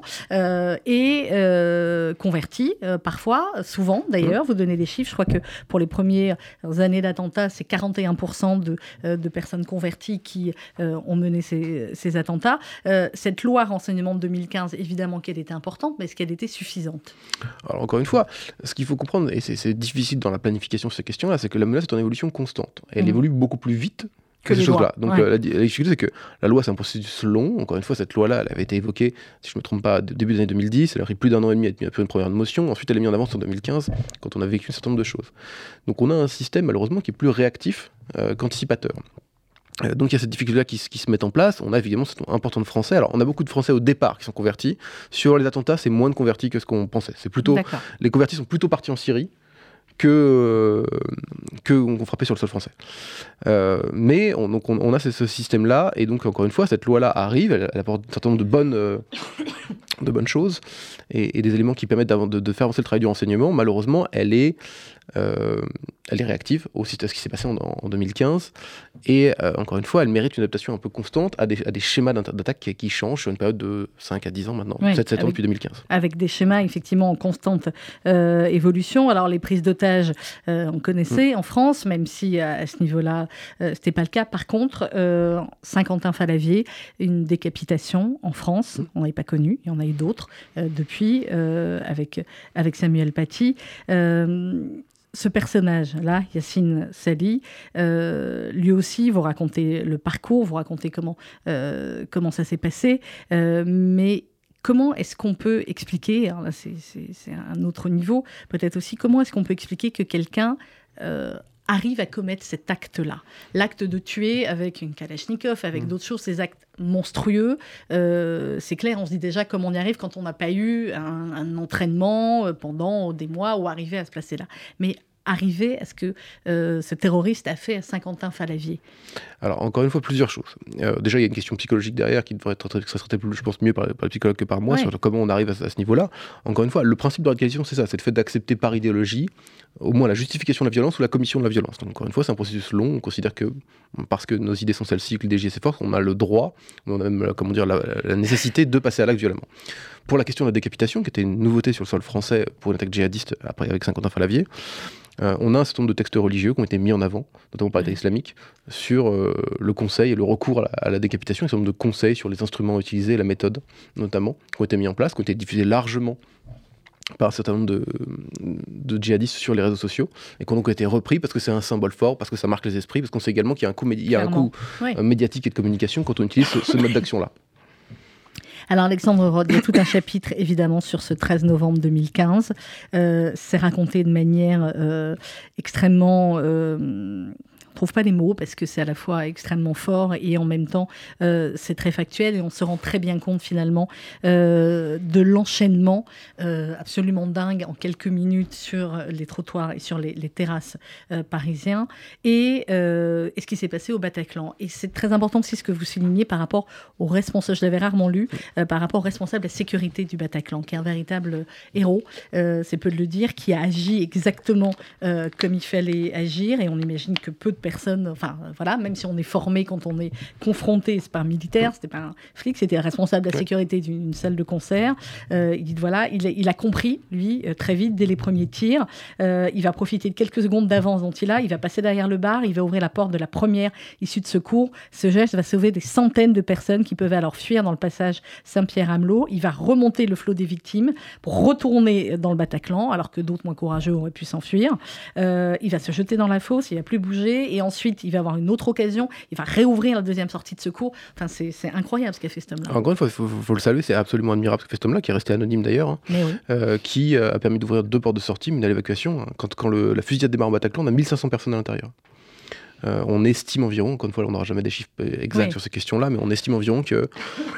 et convertis, parfois, souvent d'ailleurs. Vous donnez des chiffres, je crois que pour les premières années d'attentats, c'est 41% de personnes converties qui ont mené ces attentats. Cette loi renseignement de 2015, évidemment qu'elle était importante, mais est-ce qu'elle était suffisante? Alors encore une fois, ce qu'il faut comprendre, et c'est difficile dans la planification de ces questions-là, c'est que la menace est en évolution constante. Elle évolue beaucoup plus vite que ces choses-là. Donc la difficulté, c'est que la loi, c'est un processus long. Encore une fois, cette loi-là, elle avait été évoquée, si je ne me trompe pas, début des années 2010. Elle a pris plus d'1 an et demi à être mise à une première motion. Ensuite, elle est mise en avance en 2015, quand on a vécu un certain nombre de choses. Donc on a un système, malheureusement, qui est plus réactif qu'anticipateur. Donc il y a cette difficulté-là qui se met en place. On a évidemment ce nombre important de Français. Alors on a beaucoup de Français au départ qui sont convertis. Sur les attentats, c'est moins de convertis que ce qu'on pensait. C'est plutôt, les convertis sont plutôt partis en Syrie qu'on frappait sur le sol français. Mais on a ce système-là, et donc encore une fois, cette loi-là arrive, elle apporte un certain nombre de bonnes choses et des éléments qui permettent de faire avancer le travail du renseignement. Malheureusement, elle est réactive aussi à ce qui s'est passé en 2015, et encore une fois, elle mérite une adaptation un peu constante à des schémas d'attaque qui changent sur une période de 5 à 10 ans maintenant, 7 ans depuis 2015. Avec des schémas effectivement en constante évolution. Alors les prises d'otages, on connaissait en France, même si à ce niveau-là, c'était pas le cas. Par contre, Saint-Quentin-Fallavier, une décapitation en France, on n'avait pas connu, il y en a eu d'autres depuis, avec Samuel Paty. Ce personnage-là, Yacine Sali, lui aussi, vous racontez le parcours, vous racontez comment ça s'est passé, mais comment est-ce qu'on peut expliquer, alors là c'est un autre niveau, peut-être aussi, comment est-ce qu'on peut expliquer que quelqu'un arrive à commettre cet acte-là, l'acte de tuer avec une Kalachnikov, avec d'autres choses, ces actes monstrueux, c'est clair, on se dit déjà comment on y arrive quand on n'a pas eu un entraînement pendant des mois ou arriver à se placer là. Mais arriver à ce que ce terroriste a fait à Saint-Quentin-Fallavier? Alors, encore une fois, plusieurs choses. Déjà, il y a une question psychologique derrière qui devrait être traitée, je pense, mieux par les psychologues que par moi, sur comment on arrive à ce niveau-là. Encore une fois, le principe de radicalisation, c'est ça, c'est le fait d'accepter par idéologie au moins la justification de la violence ou la commission de la violence. Donc, encore une fois, c'est un processus long. On considère que, parce que nos idées sont celles-ci, que l'idéologie est assez forte, on a le droit, on a même, la nécessité de passer à l'acte violemment. Pour la question de la décapitation, qui était une nouveauté sur le sol français pour une attaque djihadiste après avec Saint-Quentin-Fallavier, on a un certain nombre de textes religieux qui ont été mis en avant, notamment par l'État islamique, sur le conseil et le recours à la décapitation, un certain nombre de conseils sur les instruments utilisés, la méthode notamment, qui ont été mis en place, qui ont été diffusés largement par un certain nombre de djihadistes sur les réseaux sociaux, et qui ont donc été repris parce que c'est un symbole fort, parce que ça marque les esprits, parce qu'on sait également qu'il y a un coût médiatique et de communication quand on utilise ce mode d'action-là. Alors Alexandre Rode, il y a tout un chapitre évidemment sur ce 13 novembre 2015. C'est raconté de manière extrêmement... on ne trouve pas les mots parce que c'est à la fois extrêmement fort et en même temps c'est très factuel, et on se rend très bien compte finalement de l'enchaînement absolument dingue en quelques minutes sur les trottoirs et sur les terrasses parisiens, et ce qui s'est passé au Bataclan. Et c'est très important aussi ce que vous soulignez par rapport aux responsables, je l'avais rarement lu, par rapport aux responsables de la sécurité du Bataclan, qui est un véritable héros, c'est peu de le dire, qui a agi exactement comme il fallait agir, et on imagine que peu de personnes, enfin voilà, même si on est formé quand on est confronté, c'est pas un militaire, c'était pas un flic, c'était un responsable de la sécurité d'une salle de concert. Il dit voilà, il a compris, lui, très vite, dès les premiers tirs. Il va profiter de quelques secondes d'avance dont il va passer derrière le bar, il va ouvrir la porte de la première issue de secours. Ce geste va sauver des centaines de personnes qui peuvent alors fuir dans le passage Saint-Pierre-Amelot. Il va remonter le flot des victimes pour retourner dans le Bataclan, alors que d'autres moins courageux auraient pu s'enfuir. Il va se jeter dans la fosse, il va plus bouger, et ensuite il va avoir une autre occasion, il va réouvrir la deuxième sortie de secours. Enfin, c'est incroyable ce qu'a fait cet homme-là. Encore une fois, il faut le saluer, c'est absolument admirable ce qu'a fait cet homme-là, qui est resté anonyme d'ailleurs, qui a permis d'ouvrir 2 portes de sortie, mais à l'évacuation. Quand la fusillade démarre au Bataclan, on a 1500 personnes à l'intérieur. On estime environ, encore une fois, on n'aura jamais des chiffres exacts sur ces questions-là, mais on estime environ que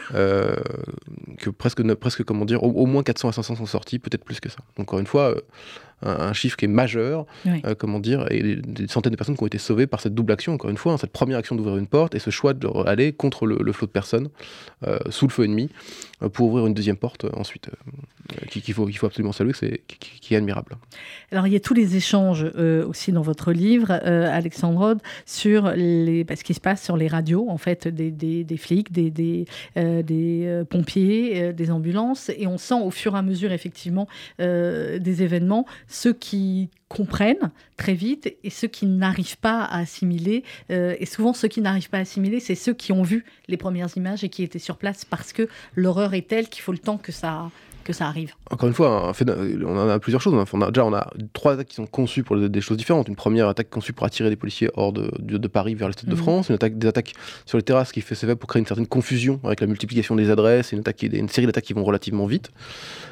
presque comment dire, au moins 400 à 500 sont sortis, peut-être plus que ça. Donc, encore une fois, un chiffre qui est majeur, comment dire, et des centaines de personnes qui ont été sauvées par cette double action, encore une fois, cette première action d'ouvrir une porte et ce choix d'aller contre le flot de personnes sous le feu ennemi pour ouvrir une deuxième porte ensuite, qu'il faut absolument saluer, qui est admirable. Alors il y a tous les échanges aussi dans votre livre, Alexandre Rode, sur ce qui se passe sur les radios, en fait, des flics, des pompiers, des ambulances, et on sent au fur et à mesure effectivement des événements, ceux qui comprennent très vite et ceux qui n'arrivent pas à assimiler. Et souvent, ceux qui n'arrivent pas à assimiler, c'est ceux qui ont vu les premières images et qui étaient sur place, parce que l'horreur est telle qu'il faut le temps que ça arrive. Encore une fois, on en a plusieurs choses. On a 3 attaques qui sont conçues pour des choses différentes. Une première attaque conçue pour attirer des policiers hors de Paris vers le Stade de France. Des attaques sur les terrasses qui s'est fait pour créer une certaine confusion avec la multiplication des adresses. Une série d'attaques qui vont relativement vite.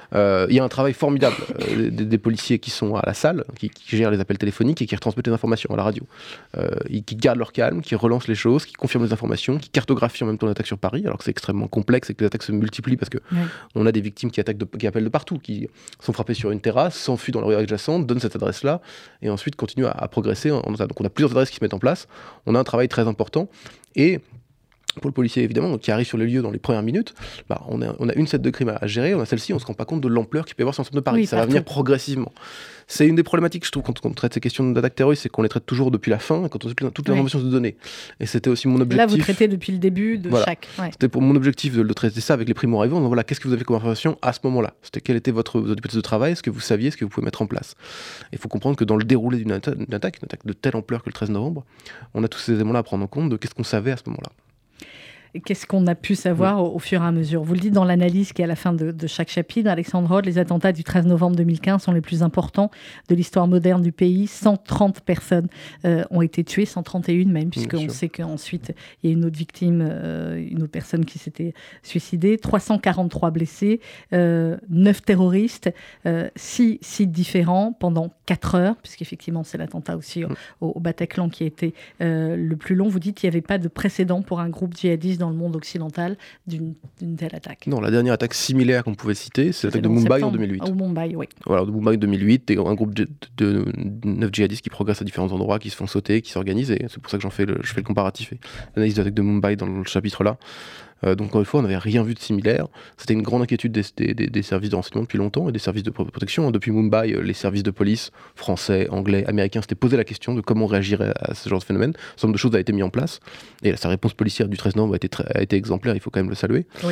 Il y a un travail formidable des policiers qui sont à la salle, qui gèrent les appels téléphoniques et qui retransmettent les informations à la radio. Qui gardent leur calme, qui relancent les choses, qui confirment les informations, qui cartographient en même temps l'attaque sur Paris, alors que c'est extrêmement complexe et que les attaques se multiplient parce qu'on a des victimes qui appellent de partout, qui sont frappées sur une terrasse, s'enfuient dans la rue adjacente, donnent cette adresse-là et ensuite continuent à progresser. Donc on a plusieurs adresses qui se mettent en place. On a un travail très important et pour le policier, évidemment, qui arrive sur les lieux dans les premières minutes, on a une set de crimes à gérer, on a celle-ci, on ne se rend pas compte de l'ampleur qu'il peut y avoir sur l'ensemble de Paris. Ça va venir progressivement. C'est une des problématiques, je trouve, quand on traite ces questions d'attaque terroriste, c'est qu'on les traite toujours depuis la fin, quand on sait toutes les informations se donner. Et c'était aussi mon objectif. Là, vous traitez depuis le début de chaque. Ouais. C'était pour mon objectif de traiter ça avec les primo-arrivants. Donc voilà, qu'est-ce que vous avez comme information à ce moment-là ? Quelle était votre hypothèse de travail ? Ce que vous saviez, ce que vous pouvez mettre en place ? Il faut comprendre que dans le déroulé d'une attaque de telle ampleur que le 13 novembre, on a tous ces éléments-là à prendre en compte de qu'est-ce qu'on savait à ce moment-là. Qu'est-ce qu'on a pu savoir au fur et à mesure ? Vous le dites dans l'analyse qui est à la fin de chaque chapitre, Alexandre Rode, les attentats du 13 novembre 2015 sont les plus importants de l'histoire moderne du pays. 130 personnes ont été tuées, 131 même, puisqu'on sait qu'ensuite il y a une autre victime, une autre personne qui s'était suicidée. 343 blessés, 9 terroristes, 6 sites différents pendant 4 heures, puisqu'effectivement c'est l'attentat aussi au Bataclan qui a été le plus long. Vous dites qu'il n'y avait pas de précédent pour un groupe djihadiste dans le monde occidental d'une telle attaque. Non, la dernière attaque similaire qu'on pouvait citer, c'est l'attaque de Mumbai en 2008. Au Mumbai, oui. Voilà, de Mumbai en 2008, un groupe de 9 djihadistes qui progressent à différents endroits, qui se font sauter, qui s'organisent, et c'est pour ça que je fais le comparatif et l'analyse de l'attaque de Mumbai dans le chapitre-là. Donc encore une fois, on n'avait rien vu de similaire. C'était une grande inquiétude des services de renseignement depuis longtemps et des services de protection. Depuis Mumbai, les services de police français, anglais, américains s'étaient posé la question de comment on réagirait à ce genre de phénomène. Un certain nombre de choses a été mis en place et sa réponse policière du 13 novembre a été exemplaire, il faut quand même le saluer. Oui.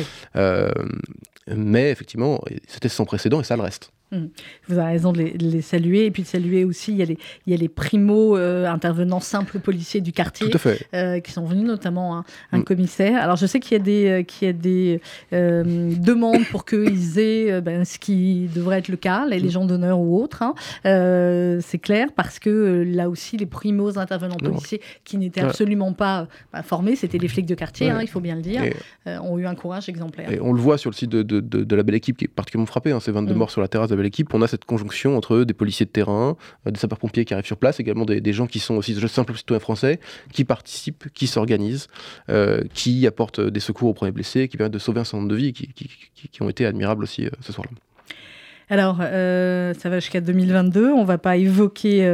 Mais effectivement, c'était sans précédent et ça le reste. Vous avez raison de les saluer et puis de saluer aussi il y a les primo intervenants simples policiers du quartier qui sont venus, notamment un commissaire. Alors je sais qu'il y a des demandes pour qu'ils aient ce qui devrait être le cas, les légions d'honneur ou autres, c'est clair, parce que là aussi les primo intervenants policiers qui n'étaient absolument pas formés, c'était les flics de quartier, il faut bien le dire, ont eu un courage exemplaire. Et on le voit sur le site de la Belle Équipe qui est particulièrement frappé, ces 22 morts sur la terrasse de la Belle Équipe. On a cette conjonction entre des policiers de terrain, des sapeurs-pompiers qui arrivent sur place, également des gens qui sont aussi de simples citoyens français, qui participent, qui s'organisent, qui apportent des secours aux premiers blessés, qui permettent de sauver un certain nombre de vies, qui ont été admirables aussi ce soir-là. Alors, ça va jusqu'à 2022, on ne va pas évoquer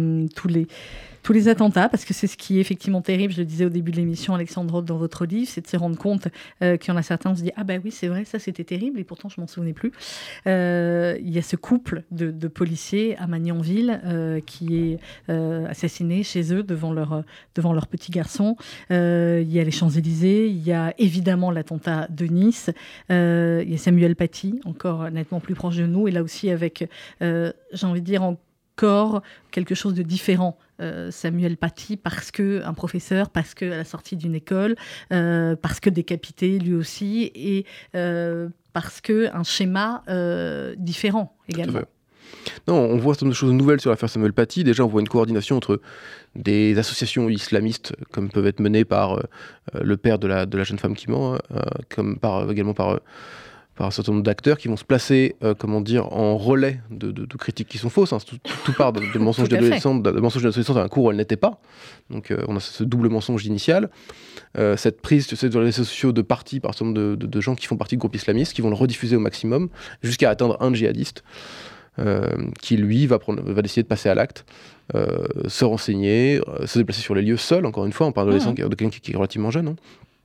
tous les attentats, parce que c'est ce qui est effectivement terrible, je le disais au début de l'émission, Alexandre Rode, dans votre livre, c'est de se rendre compte qu'il y en a certains, on se dit « Ah bah oui, c'est vrai, ça c'était terrible, et pourtant je m'en souvenais plus ». Il y a ce couple de policiers à Magnanville qui est assassiné chez eux devant leur petit garçon. Il y a les Champs-Élysées, il y a évidemment l'attentat de Nice, il y a Samuel Paty, encore nettement plus proche de nous, et là aussi avec, j'ai envie de dire, encore quelque chose de différent. Samuel Paty, parce qu'un professeur, parce qu'à la sortie d'une école, parce que décapité lui aussi, et parce qu'un schéma différent également. Non, on voit un certain nombre de choses nouvelles sur l'affaire Samuel Paty. Déjà, on voit une coordination entre des associations islamistes, comme peuvent être menées par le père de la jeune femme qui ment, comme également par un certain nombre d'acteurs qui vont se placer en relais de critiques qui sont fausses. Tout part de mensonges d'adolescentes à un cours où elles n'étaient pas. Donc on a ce double mensonge initial. Cette prise sur les réseaux sociaux de parti par un certain nombre de gens qui font partie de groupes islamistes, qui vont le rediffuser au maximum, jusqu'à atteindre un djihadiste qui, lui, va décider de passer à l'acte, se renseigner, se déplacer sur les lieux seul, encore une fois, on parle de quelqu'un qui est relativement jeune,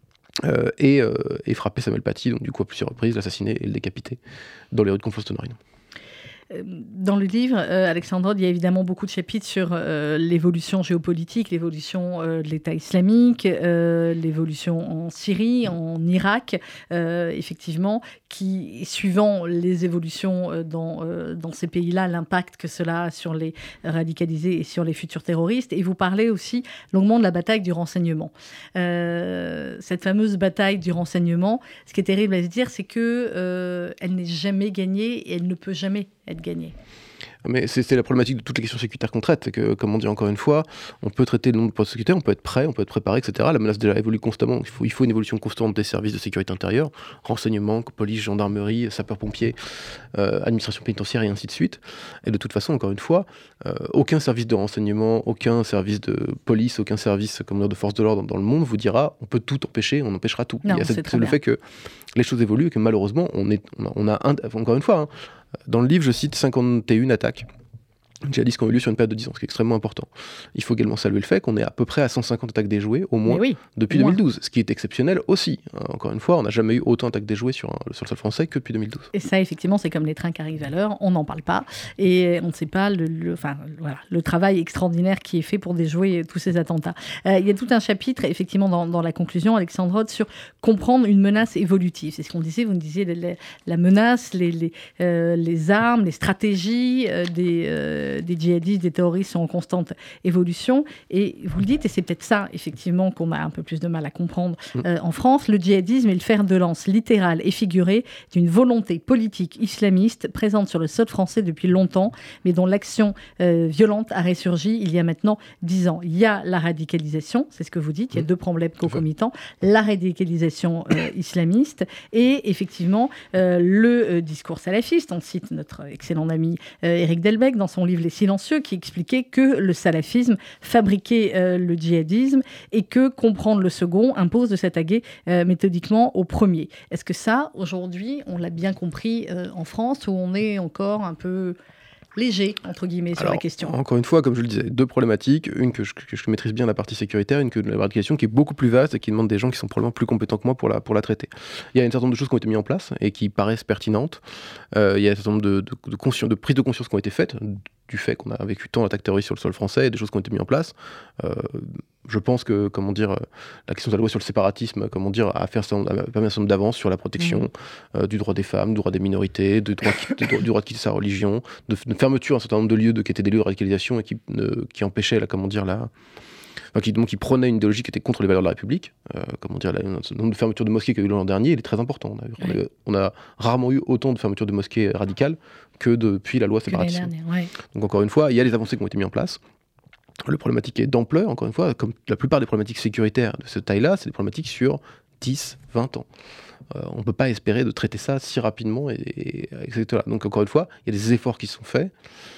et frapper Samuel Paty, donc du coup à plusieurs reprises, l'assassiner et le décapiter dans les rues de Conflans-Sainte-Honorine. Dans le livre, Alexandre Rode, il y a évidemment beaucoup de chapitres sur l'évolution géopolitique, l'évolution de l'État islamique, l'évolution en Syrie, en Irak, effectivement, qui, suivant les évolutions dans ces pays-là, l'impact que cela a sur les radicalisés et sur les futurs terroristes. Et vous parlez aussi longuement de la bataille du renseignement. Cette fameuse bataille du renseignement, ce qui est terrible à se dire, c'est qu'elle n'est jamais gagnée et elle ne peut jamais être gagnée. Mais c'est la problématique de toutes les questions sécuritaires qu'on traite. C'est que, comme on dit encore une fois, on peut traiter le nombre de postes sécuritaires, on peut être prêt, on peut être préparé, etc. La menace déjà évolue constamment. Il faut une évolution constante des services de sécurité intérieure, renseignement, police, gendarmerie, sapeurs-pompiers, administration pénitentiaire et ainsi de suite. Et de toute façon, encore une fois, aucun service de renseignement, aucun service de police, aucun service de force de l'ordre dans le monde vous dira on peut tout empêcher, on empêchera tout. Non, c'est le fait que les choses évoluent et que malheureusement, encore une fois, dans le livre, je cite 51 attaques djihadistes qui ont eu lieu sur une période de 10 ans, ce qui est extrêmement important. Il faut également saluer le fait qu'on est à peu près à 150 attaques déjouées, au moins, depuis 2012, ce qui est exceptionnel aussi. Encore une fois, on n'a jamais eu autant d'attaques déjouées sur le sol français que depuis 2012. Et ça, effectivement, c'est comme les trains qui arrivent à l'heure, on n'en parle pas, et on ne sait pas le travail extraordinaire qui est fait pour déjouer tous ces attentats. Il y a tout un chapitre, effectivement, dans la conclusion, Alexandre Roth, sur comprendre une menace évolutive. C'est ce qu'on disait, vous nous disiez, la menace, les armes, les stratégies des djihadistes, des terroristes sont en constante évolution. Et vous le dites, et c'est peut-être ça, effectivement, qu'on a un peu plus de mal à comprendre en France, le djihadisme est le fer de lance littéral et figuré d'une volonté politique islamiste présente sur le sol français depuis longtemps, mais dont l'action violente a ressurgi il y a maintenant 10 ans. Il y a la radicalisation, c'est ce que vous dites, il y a deux problèmes concomitants, la radicalisation islamiste et effectivement le discours salafiste. On cite notre excellent ami Éric Delbecq dans son livre Les Silencieux, qui expliquait que le salafisme fabriquait le djihadisme et que comprendre le second impose de s'attaquer méthodiquement au premier. Est-ce que ça, aujourd'hui, on l'a bien compris en France, où on est encore un peu léger, entre guillemets, sur la question? Encore une fois, comme je le disais, deux problématiques. Une que je maîtrise bien, la partie sécuritaire, une que la radicalisation qui est beaucoup plus vaste et qui demande des gens qui sont probablement plus compétents que moi pour la traiter. Il y a un certain nombre de choses qui ont été mises en place et qui paraissent pertinentes. Il y a un certain nombre de prises de conscience qui ont été faites du fait qu'on a vécu tant d'attaques terroristes sur le sol français et des choses qui ont été mises en place. Je pense que, la question de la loi sur le séparatisme, a permis un certain nombre d'avances sur la protection du droit des femmes, du droit des minorités, du droit de quitter sa religion, de fermeture d'un certain nombre de lieux qui étaient des lieux de radicalisation et qui empêchaient qui prônait une idéologie qui était contre les valeurs de la République. Le nombre de fermetures de mosquées qu'il y a eu l'an dernier, il est très important. On a rarement eu autant de fermetures de mosquées radicales que depuis la loi séparatiste. Donc encore une fois, il y a des avancées qui ont été mises en place. Le problématique est d'ampleur, encore une fois, comme la plupart des problématiques sécuritaires de cette taille-là, c'est des problématiques sur 10, 20 ans. On ne peut pas espérer de traiter ça si rapidement, etc. Donc encore une fois, il y a des efforts qui sont faits,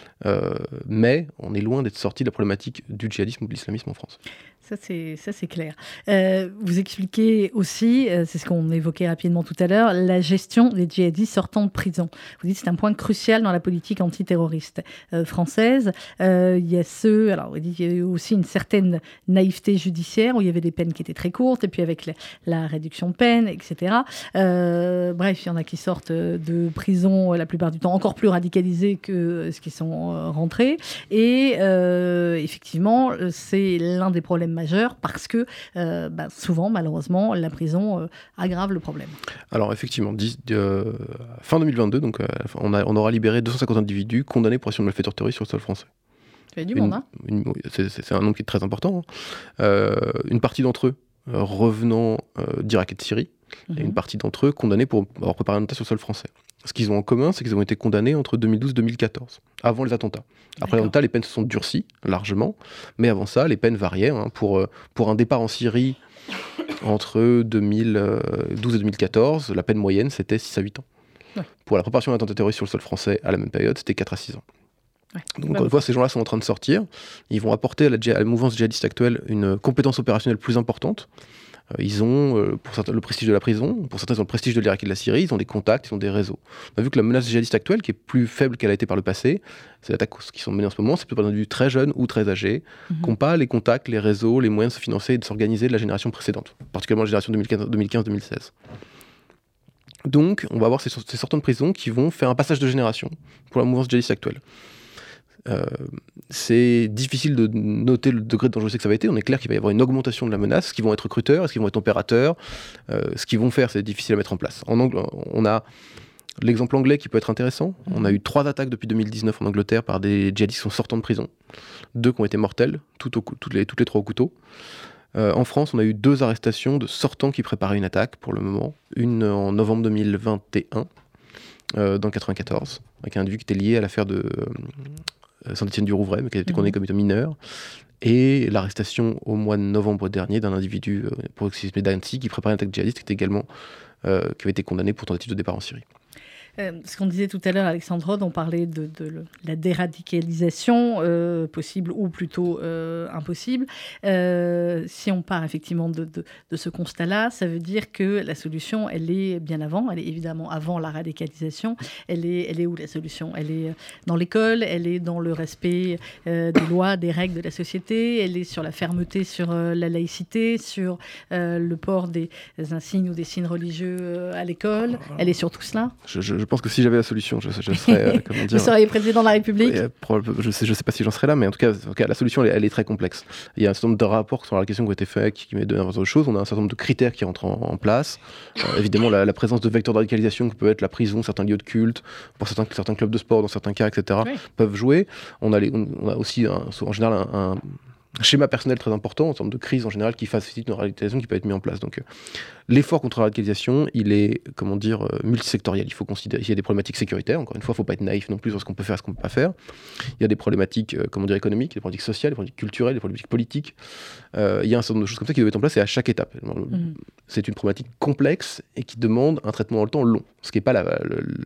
mais on est loin d'être sorti de la problématique du djihadisme ou de l'islamisme en France. Ça, c'est clair. Vous expliquez aussi, c'est ce qu'on évoquait rapidement tout à l'heure, la gestion des djihadistes sortant de prison. Vous dites que c'est un point crucial dans la politique antiterroriste française. Il y a eu aussi une certaine naïveté judiciaire, où il y avait des peines qui étaient très courtes, et puis avec la réduction de peine, etc. Bref, il y en a qui sortent de prison la plupart du temps encore plus radicalisés que ce qui sont rentrés. Et effectivement, c'est l'un des problèmes majeur parce que souvent, malheureusement, la prison aggrave le problème. Alors effectivement, fin 2022, donc, on aura libéré 250 individus condamnés pour action de malfaiteurs terroristes sur le sol français. Il y a du monde, hein. C'est un nombre qui est très important. Une partie d'entre eux revenant d'Irak et de Syrie, et une partie d'entre eux condamnés pour avoir préparé un attentat sur le sol français. Ce qu'ils ont en commun, c'est qu'ils ont été condamnés entre 2012 et 2014, avant les attentats. Après les attentats, les peines se sont durcies largement, mais avant ça, les peines variaient. Pour un départ en Syrie entre 2012 et 2014, la peine moyenne, c'était 6 à 8 ans. Ouais. Pour la préparation d'un attentat terroriste sur le sol français, à la même période, c'était 4 à 6 ans. Ouais. Donc encore une fois, ces gens-là sont en train de sortir. Ils vont apporter à la mouvance djihadiste actuelle une compétence opérationnelle plus importante. Ils ont, pour certains, le prestige de la prison, pour certains, ils ont le prestige de l'Irak et de la Syrie, ils ont des contacts, ils ont des réseaux. On a vu que la menace djihadiste actuelle, qui est plus faible qu'elle a été par le passé, c'est l'attaque qui sont menées en ce moment, c'est plutôt par des individus très jeunes ou très âgés, qui n'ont pas les contacts, les réseaux, les moyens de se financer et de s'organiser de la génération précédente, particulièrement la génération 2015-2016. Donc, on va avoir ces sortants de prison qui vont faire un passage de génération pour la mouvance djihadiste actuelle. C'est difficile de noter le degré de dangerosité que ça va être. On est clair qu'il va y avoir une augmentation de la menace. Est-ce qu'ils vont être recruteurs? Est-ce qu'ils vont être opérateurs? Ce qu'ils vont faire, c'est difficile à mettre en place. On a l'exemple anglais qui peut être intéressant. On a eu 3 attaques depuis 2019 en Angleterre par des djihadistes qui sont sortants de prison. 2 qui ont été mortelles, toutes les 3 au couteau. En France, on a eu 2 arrestations de sortants qui préparaient une attaque pour le moment. Une en novembre 2021, dans 94. avec un individu qui était lié à l'affaire de Saint-Étienne-du-Rouvray, mais qui a été condamné comme étant mineur, et l'arrestation au mois de novembre dernier d'un individu proximité d'Annecy qui préparait une attaque djihadiste, qui avait été condamné pour tentative de départ en Syrie. Ce qu'on disait tout à l'heure, Alexandre Rode, on parlait de la déradicalisation possible ou plutôt impossible. Si on part effectivement de ce constat-là, ça veut dire que la solution, elle est bien avant. Elle est évidemment avant la radicalisation. Elle est où la solution ? Elle est dans l'école, elle est dans le respect des lois, des règles de la société, elle est sur la fermeté, sur la laïcité, sur le port des insignes ou des signes religieux à l'école. Elle est sur tout cela ? Je pense que si j'avais la solution, je serais... comment dire, vous seriez président de la République ? Je sais pas si j'en serais là, mais en tout cas la solution, elle est très complexe. Il y a un certain nombre de rapports sur la question qui ont été faits, qui mettent de choses. On a un certain nombre de critères qui rentrent en place. Évidemment, la présence de vecteurs de radicalisation, qui peut être la prison, certains lieux de culte, pour certains clubs de sport, dans certains cas, etc., peuvent jouer. On a aussi, en général, un schéma personnel très important en termes de crise en général qui facilite une radicalisation qui peut être mis en place. Donc l'effort contre la radicalisation, il est multisectoriel. Il faut considérer qu'il y a des problématiques sécuritaires. Encore une fois, il ne faut pas être naïf non plus sur ce qu'on peut faire et ce qu'on ne peut pas faire. Il y a des problématiques économiques, des problématiques sociales, des problématiques culturelles, des problématiques politiques. Il y a un certain nombre de choses comme ça qui doivent être en place et à chaque étape. C'est une problématique complexe et qui demande un traitement dans le temps long, ce qui n'est pas la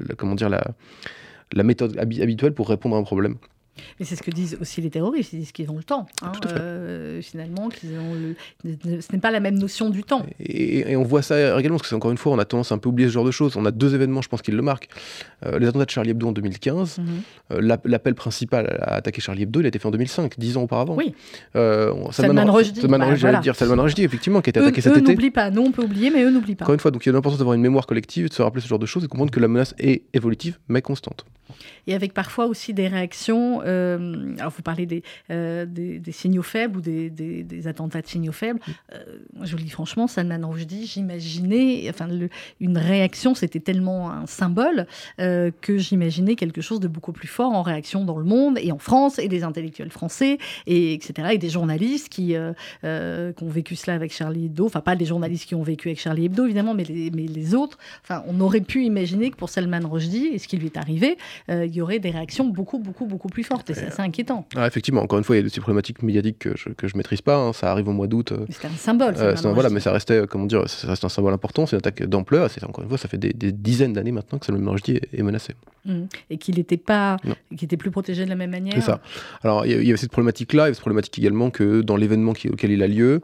méthode habituelle pour répondre à un problème. Mais c'est ce que disent aussi les terroristes, ils disent qu'ils ont le temps. Finalement, ce n'est pas la même notion du temps. Et on voit ça également, parce que encore une fois, on a tendance à un peu oublier ce genre de choses. On a 2 événements, je pense, qui le marquent. Les attentats de Charlie Hebdo en 2015, l'appel principal à attaquer Charlie Hebdo, il a été fait en 2005, 10 ans auparavant. Oui. Salman Rushdie, Salman Rushdie, effectivement, qui a été attaqué cet été. Eux n'oublient pas, nous on peut oublier, mais eux n'oublient pas. Encore une fois, donc il y a l'importance d'avoir une mémoire collective, de se rappeler ce genre de choses et comprendre que la menace est évolutive, mais constante. Et avec parfois aussi des réactions, alors vous parlez des signaux faibles ou des attentats de signaux faibles. Moi je vous le dis franchement, Salman Rushdie, j'imaginais, une réaction, c'était tellement un symbole que j'imaginais quelque chose de beaucoup plus fort en réaction dans le monde et en France, et des intellectuels français, etc. Et des journalistes qui ont vécu cela avec Charlie Hebdo. Enfin, pas les journalistes qui ont vécu avec Charlie Hebdo, évidemment, mais les autres. Enfin, on aurait pu imaginer que pour Salman Rushdie, et ce qui lui est arrivé, il y aurait des réactions beaucoup plus fortes. Et c'est assez inquiétant. Effectivement, encore une fois, il y a des problématiques médiatiques que je maîtrise pas. Ça arrive au mois d'août. C'était un symbole. Mais ça restait, ça reste un symbole important. C'est une attaque d'ampleur. Encore une fois, ça fait des dizaines d'années maintenant que Salman Rushdie est menacé. Et qu'il n'était pas, qu'il était plus protégé de la même manière. C'est ça. Alors, il y avait cette problématique-là. Il y avait cette problématique également que dans l'événement auquel il a lieu,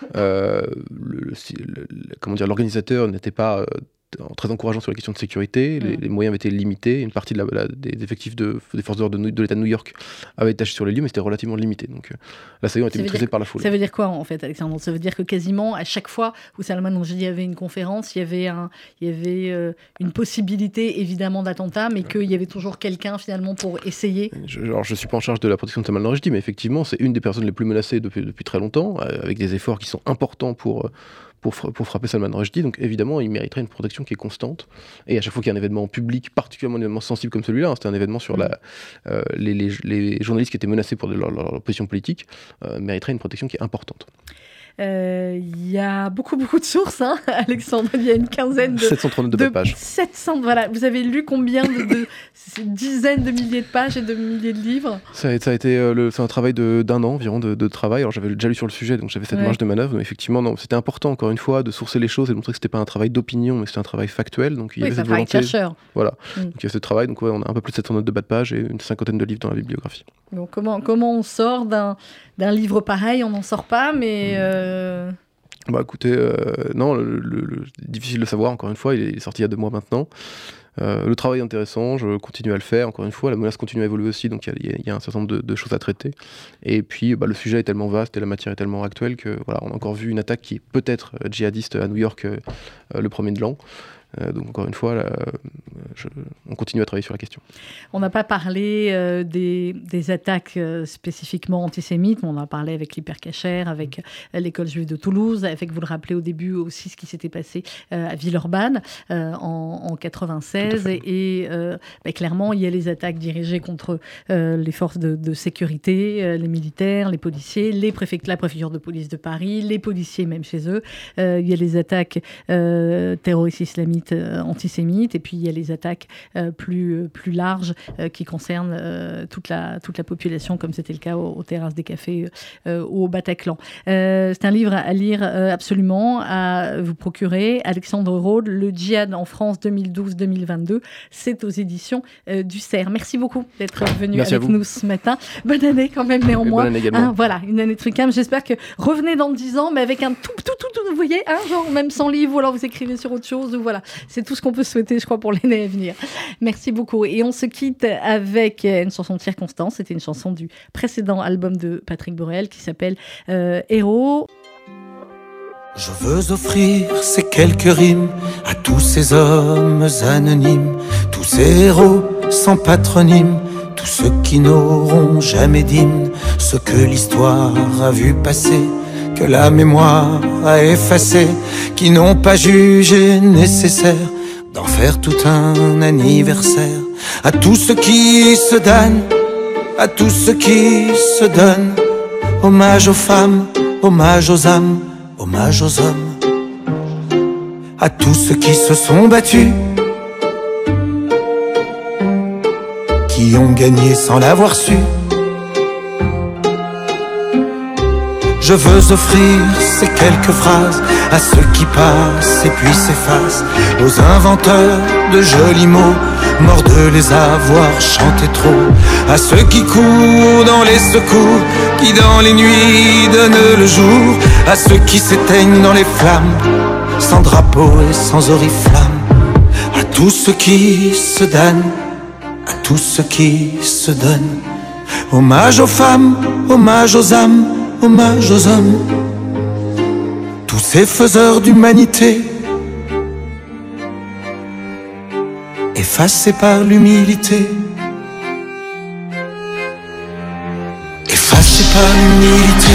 l'organisateur n'était pas très encourageant sur la question de sécurité, les moyens avaient été limités, une partie des effectifs des forces d'ordre de l'État de New York avaient été tachés sur les lieux, mais c'était relativement limité. Donc là, ça y est, on a été maîtrisé par la foule. Ça veut dire quoi, en fait, Alexandre ? Ça veut dire que quasiment, à chaque fois où Salman Rushdie avait une conférence, il y avait une possibilité, évidemment, d'attentat, mais qu'il y avait toujours quelqu'un, finalement, pour essayer. Je ne suis pas en charge de la protection de Salman Rushdie, mais effectivement, c'est une des personnes les plus menacées depuis très longtemps, avec des efforts qui sont importants pour frapper Salman Rushdie, donc évidemment il mériterait une protection qui est constante, et à chaque fois qu'il y a un événement public, particulièrement un événement sensible comme celui-là, c'était un événement sur les journalistes qui étaient menacés pour leur position politique, mériteraient une protection qui est importante. Il y a beaucoup de sources, Alexandre. Il y a une quinzaine de 732 pages. 700, voilà. Vous avez lu combien de dizaines de milliers de pages et de milliers de livres ? Ça a été c'est un travail d'un an environ de travail. Alors j'avais déjà lu sur le sujet, donc j'avais cette marge de manœuvre. Mais effectivement, non, c'était important encore une fois de sourcer les choses et de montrer que c'était pas un travail d'opinion, mais c'était un travail factuel. Donc il y avait cette volonté. Chercheur. Voilà. Donc il y a ce travail. Donc on a un peu plus de 700 de pages et une cinquantaine de livres dans la bibliographie. Donc comment on sort d'un livre pareil ? On n'en sort pas, mais écoutez, non, difficile de savoir, encore une fois, il est sorti il y a 2 mois maintenant. Le travail est intéressant, je continue à le faire, encore une fois, la menace continue à évoluer aussi, donc il y a un certain nombre de choses à traiter. Et puis le sujet est tellement vaste et la matière est tellement actuelle que on a encore vu une attaque qui est peut-être djihadiste à New York le 1er de l'an. Donc encore une fois, on continue à travailler sur la question. On n'a pas parlé des attaques spécifiquement antisémites, on en a parlé avec l'hypercachère, avec l'école juive de Toulouse, avec, vous le rappelez au début aussi, ce qui s'était passé à Villeurbanne en 96. Et clairement, il y a les attaques dirigées contre les forces de sécurité, les militaires, les policiers, la préfecture de police de Paris, les policiers même chez eux. Il y a les attaques terroristes islamiques antisémites, et puis il y a les attaques plus larges qui concernent toute la population, comme c'était le cas aux terrasses des cafés ou au Bataclan. C'est un livre à lire absolument, à vous procurer. Alexandre Rode, Le djihad en France 2012-2022, c'est aux éditions du CERF. Merci beaucoup d'être venu avec nous ce matin. Bonne année quand même, néanmoins. Bonne année également. Voilà, une année trucable. J'espère que revenez dans 10 ans, mais avec un tout, vous voyez, genre même sans livre, ou alors vous écrivez sur autre chose, ou voilà. C'est tout ce qu'on peut souhaiter, je crois, pour l'année à venir. Merci beaucoup. Et on se quitte avec une chanson de circonstance. C'était une chanson du précédent album de Patrick Borel qui s'appelle Héros. Je veux offrir ces quelques rimes à tous ces hommes anonymes, tous ces héros sans patronyme, tous ceux qui n'auront jamais d'hymne, ceux que l'histoire a vu passer, que la mémoire a effacé, qui n'ont pas jugé nécessaire d'en faire tout un anniversaire. À tous ceux qui se donnent, à tous ceux qui se donnent, hommage aux femmes, hommage aux âmes, hommage aux hommes. À tous ceux qui se sont battus, qui ont gagné sans l'avoir su. Je veux offrir ces quelques phrases à ceux qui passent et puis s'effacent, aux inventeurs de jolis mots, morts de les avoir chantés trop, à ceux qui courent dans les secours, qui dans les nuits donnent le jour, à ceux qui s'éteignent dans les flammes, sans drapeau et sans oriflamme, à tous ceux qui se donnent, à tous ceux qui se donnent. Hommage aux femmes, hommage aux âmes, hommage aux hommes, tous ces faiseurs d'humanité, effacés par l'humilité, effacés par l'humilité.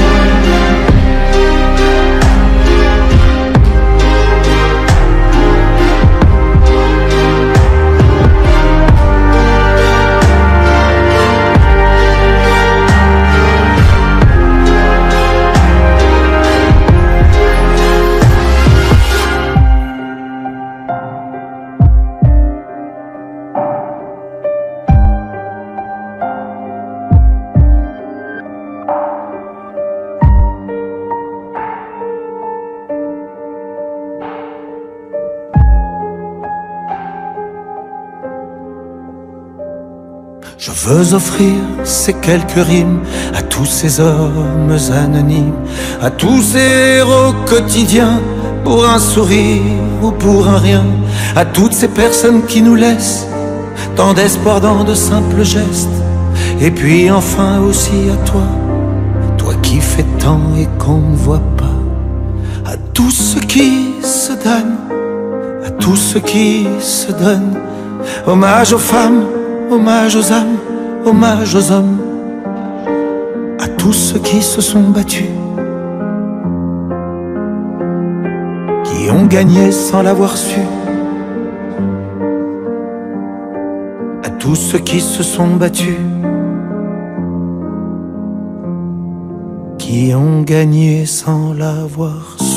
Je veux offrir ces quelques rimes à tous ces hommes anonymes, à tous ces héros quotidiens, pour un sourire ou pour un rien, à toutes ces personnes qui nous laissent tant d'espoir dans de simples gestes. Et puis enfin aussi à toi, toi qui fais tant et qu'on ne voit pas, à tous ceux qui se donnent, à tous ceux qui se donnent. Hommage aux femmes, hommage aux âmes, hommage aux hommes, à tous ceux qui se sont battus, qui ont gagné sans l'avoir su, à tous ceux qui se sont battus, qui ont gagné sans l'avoir su.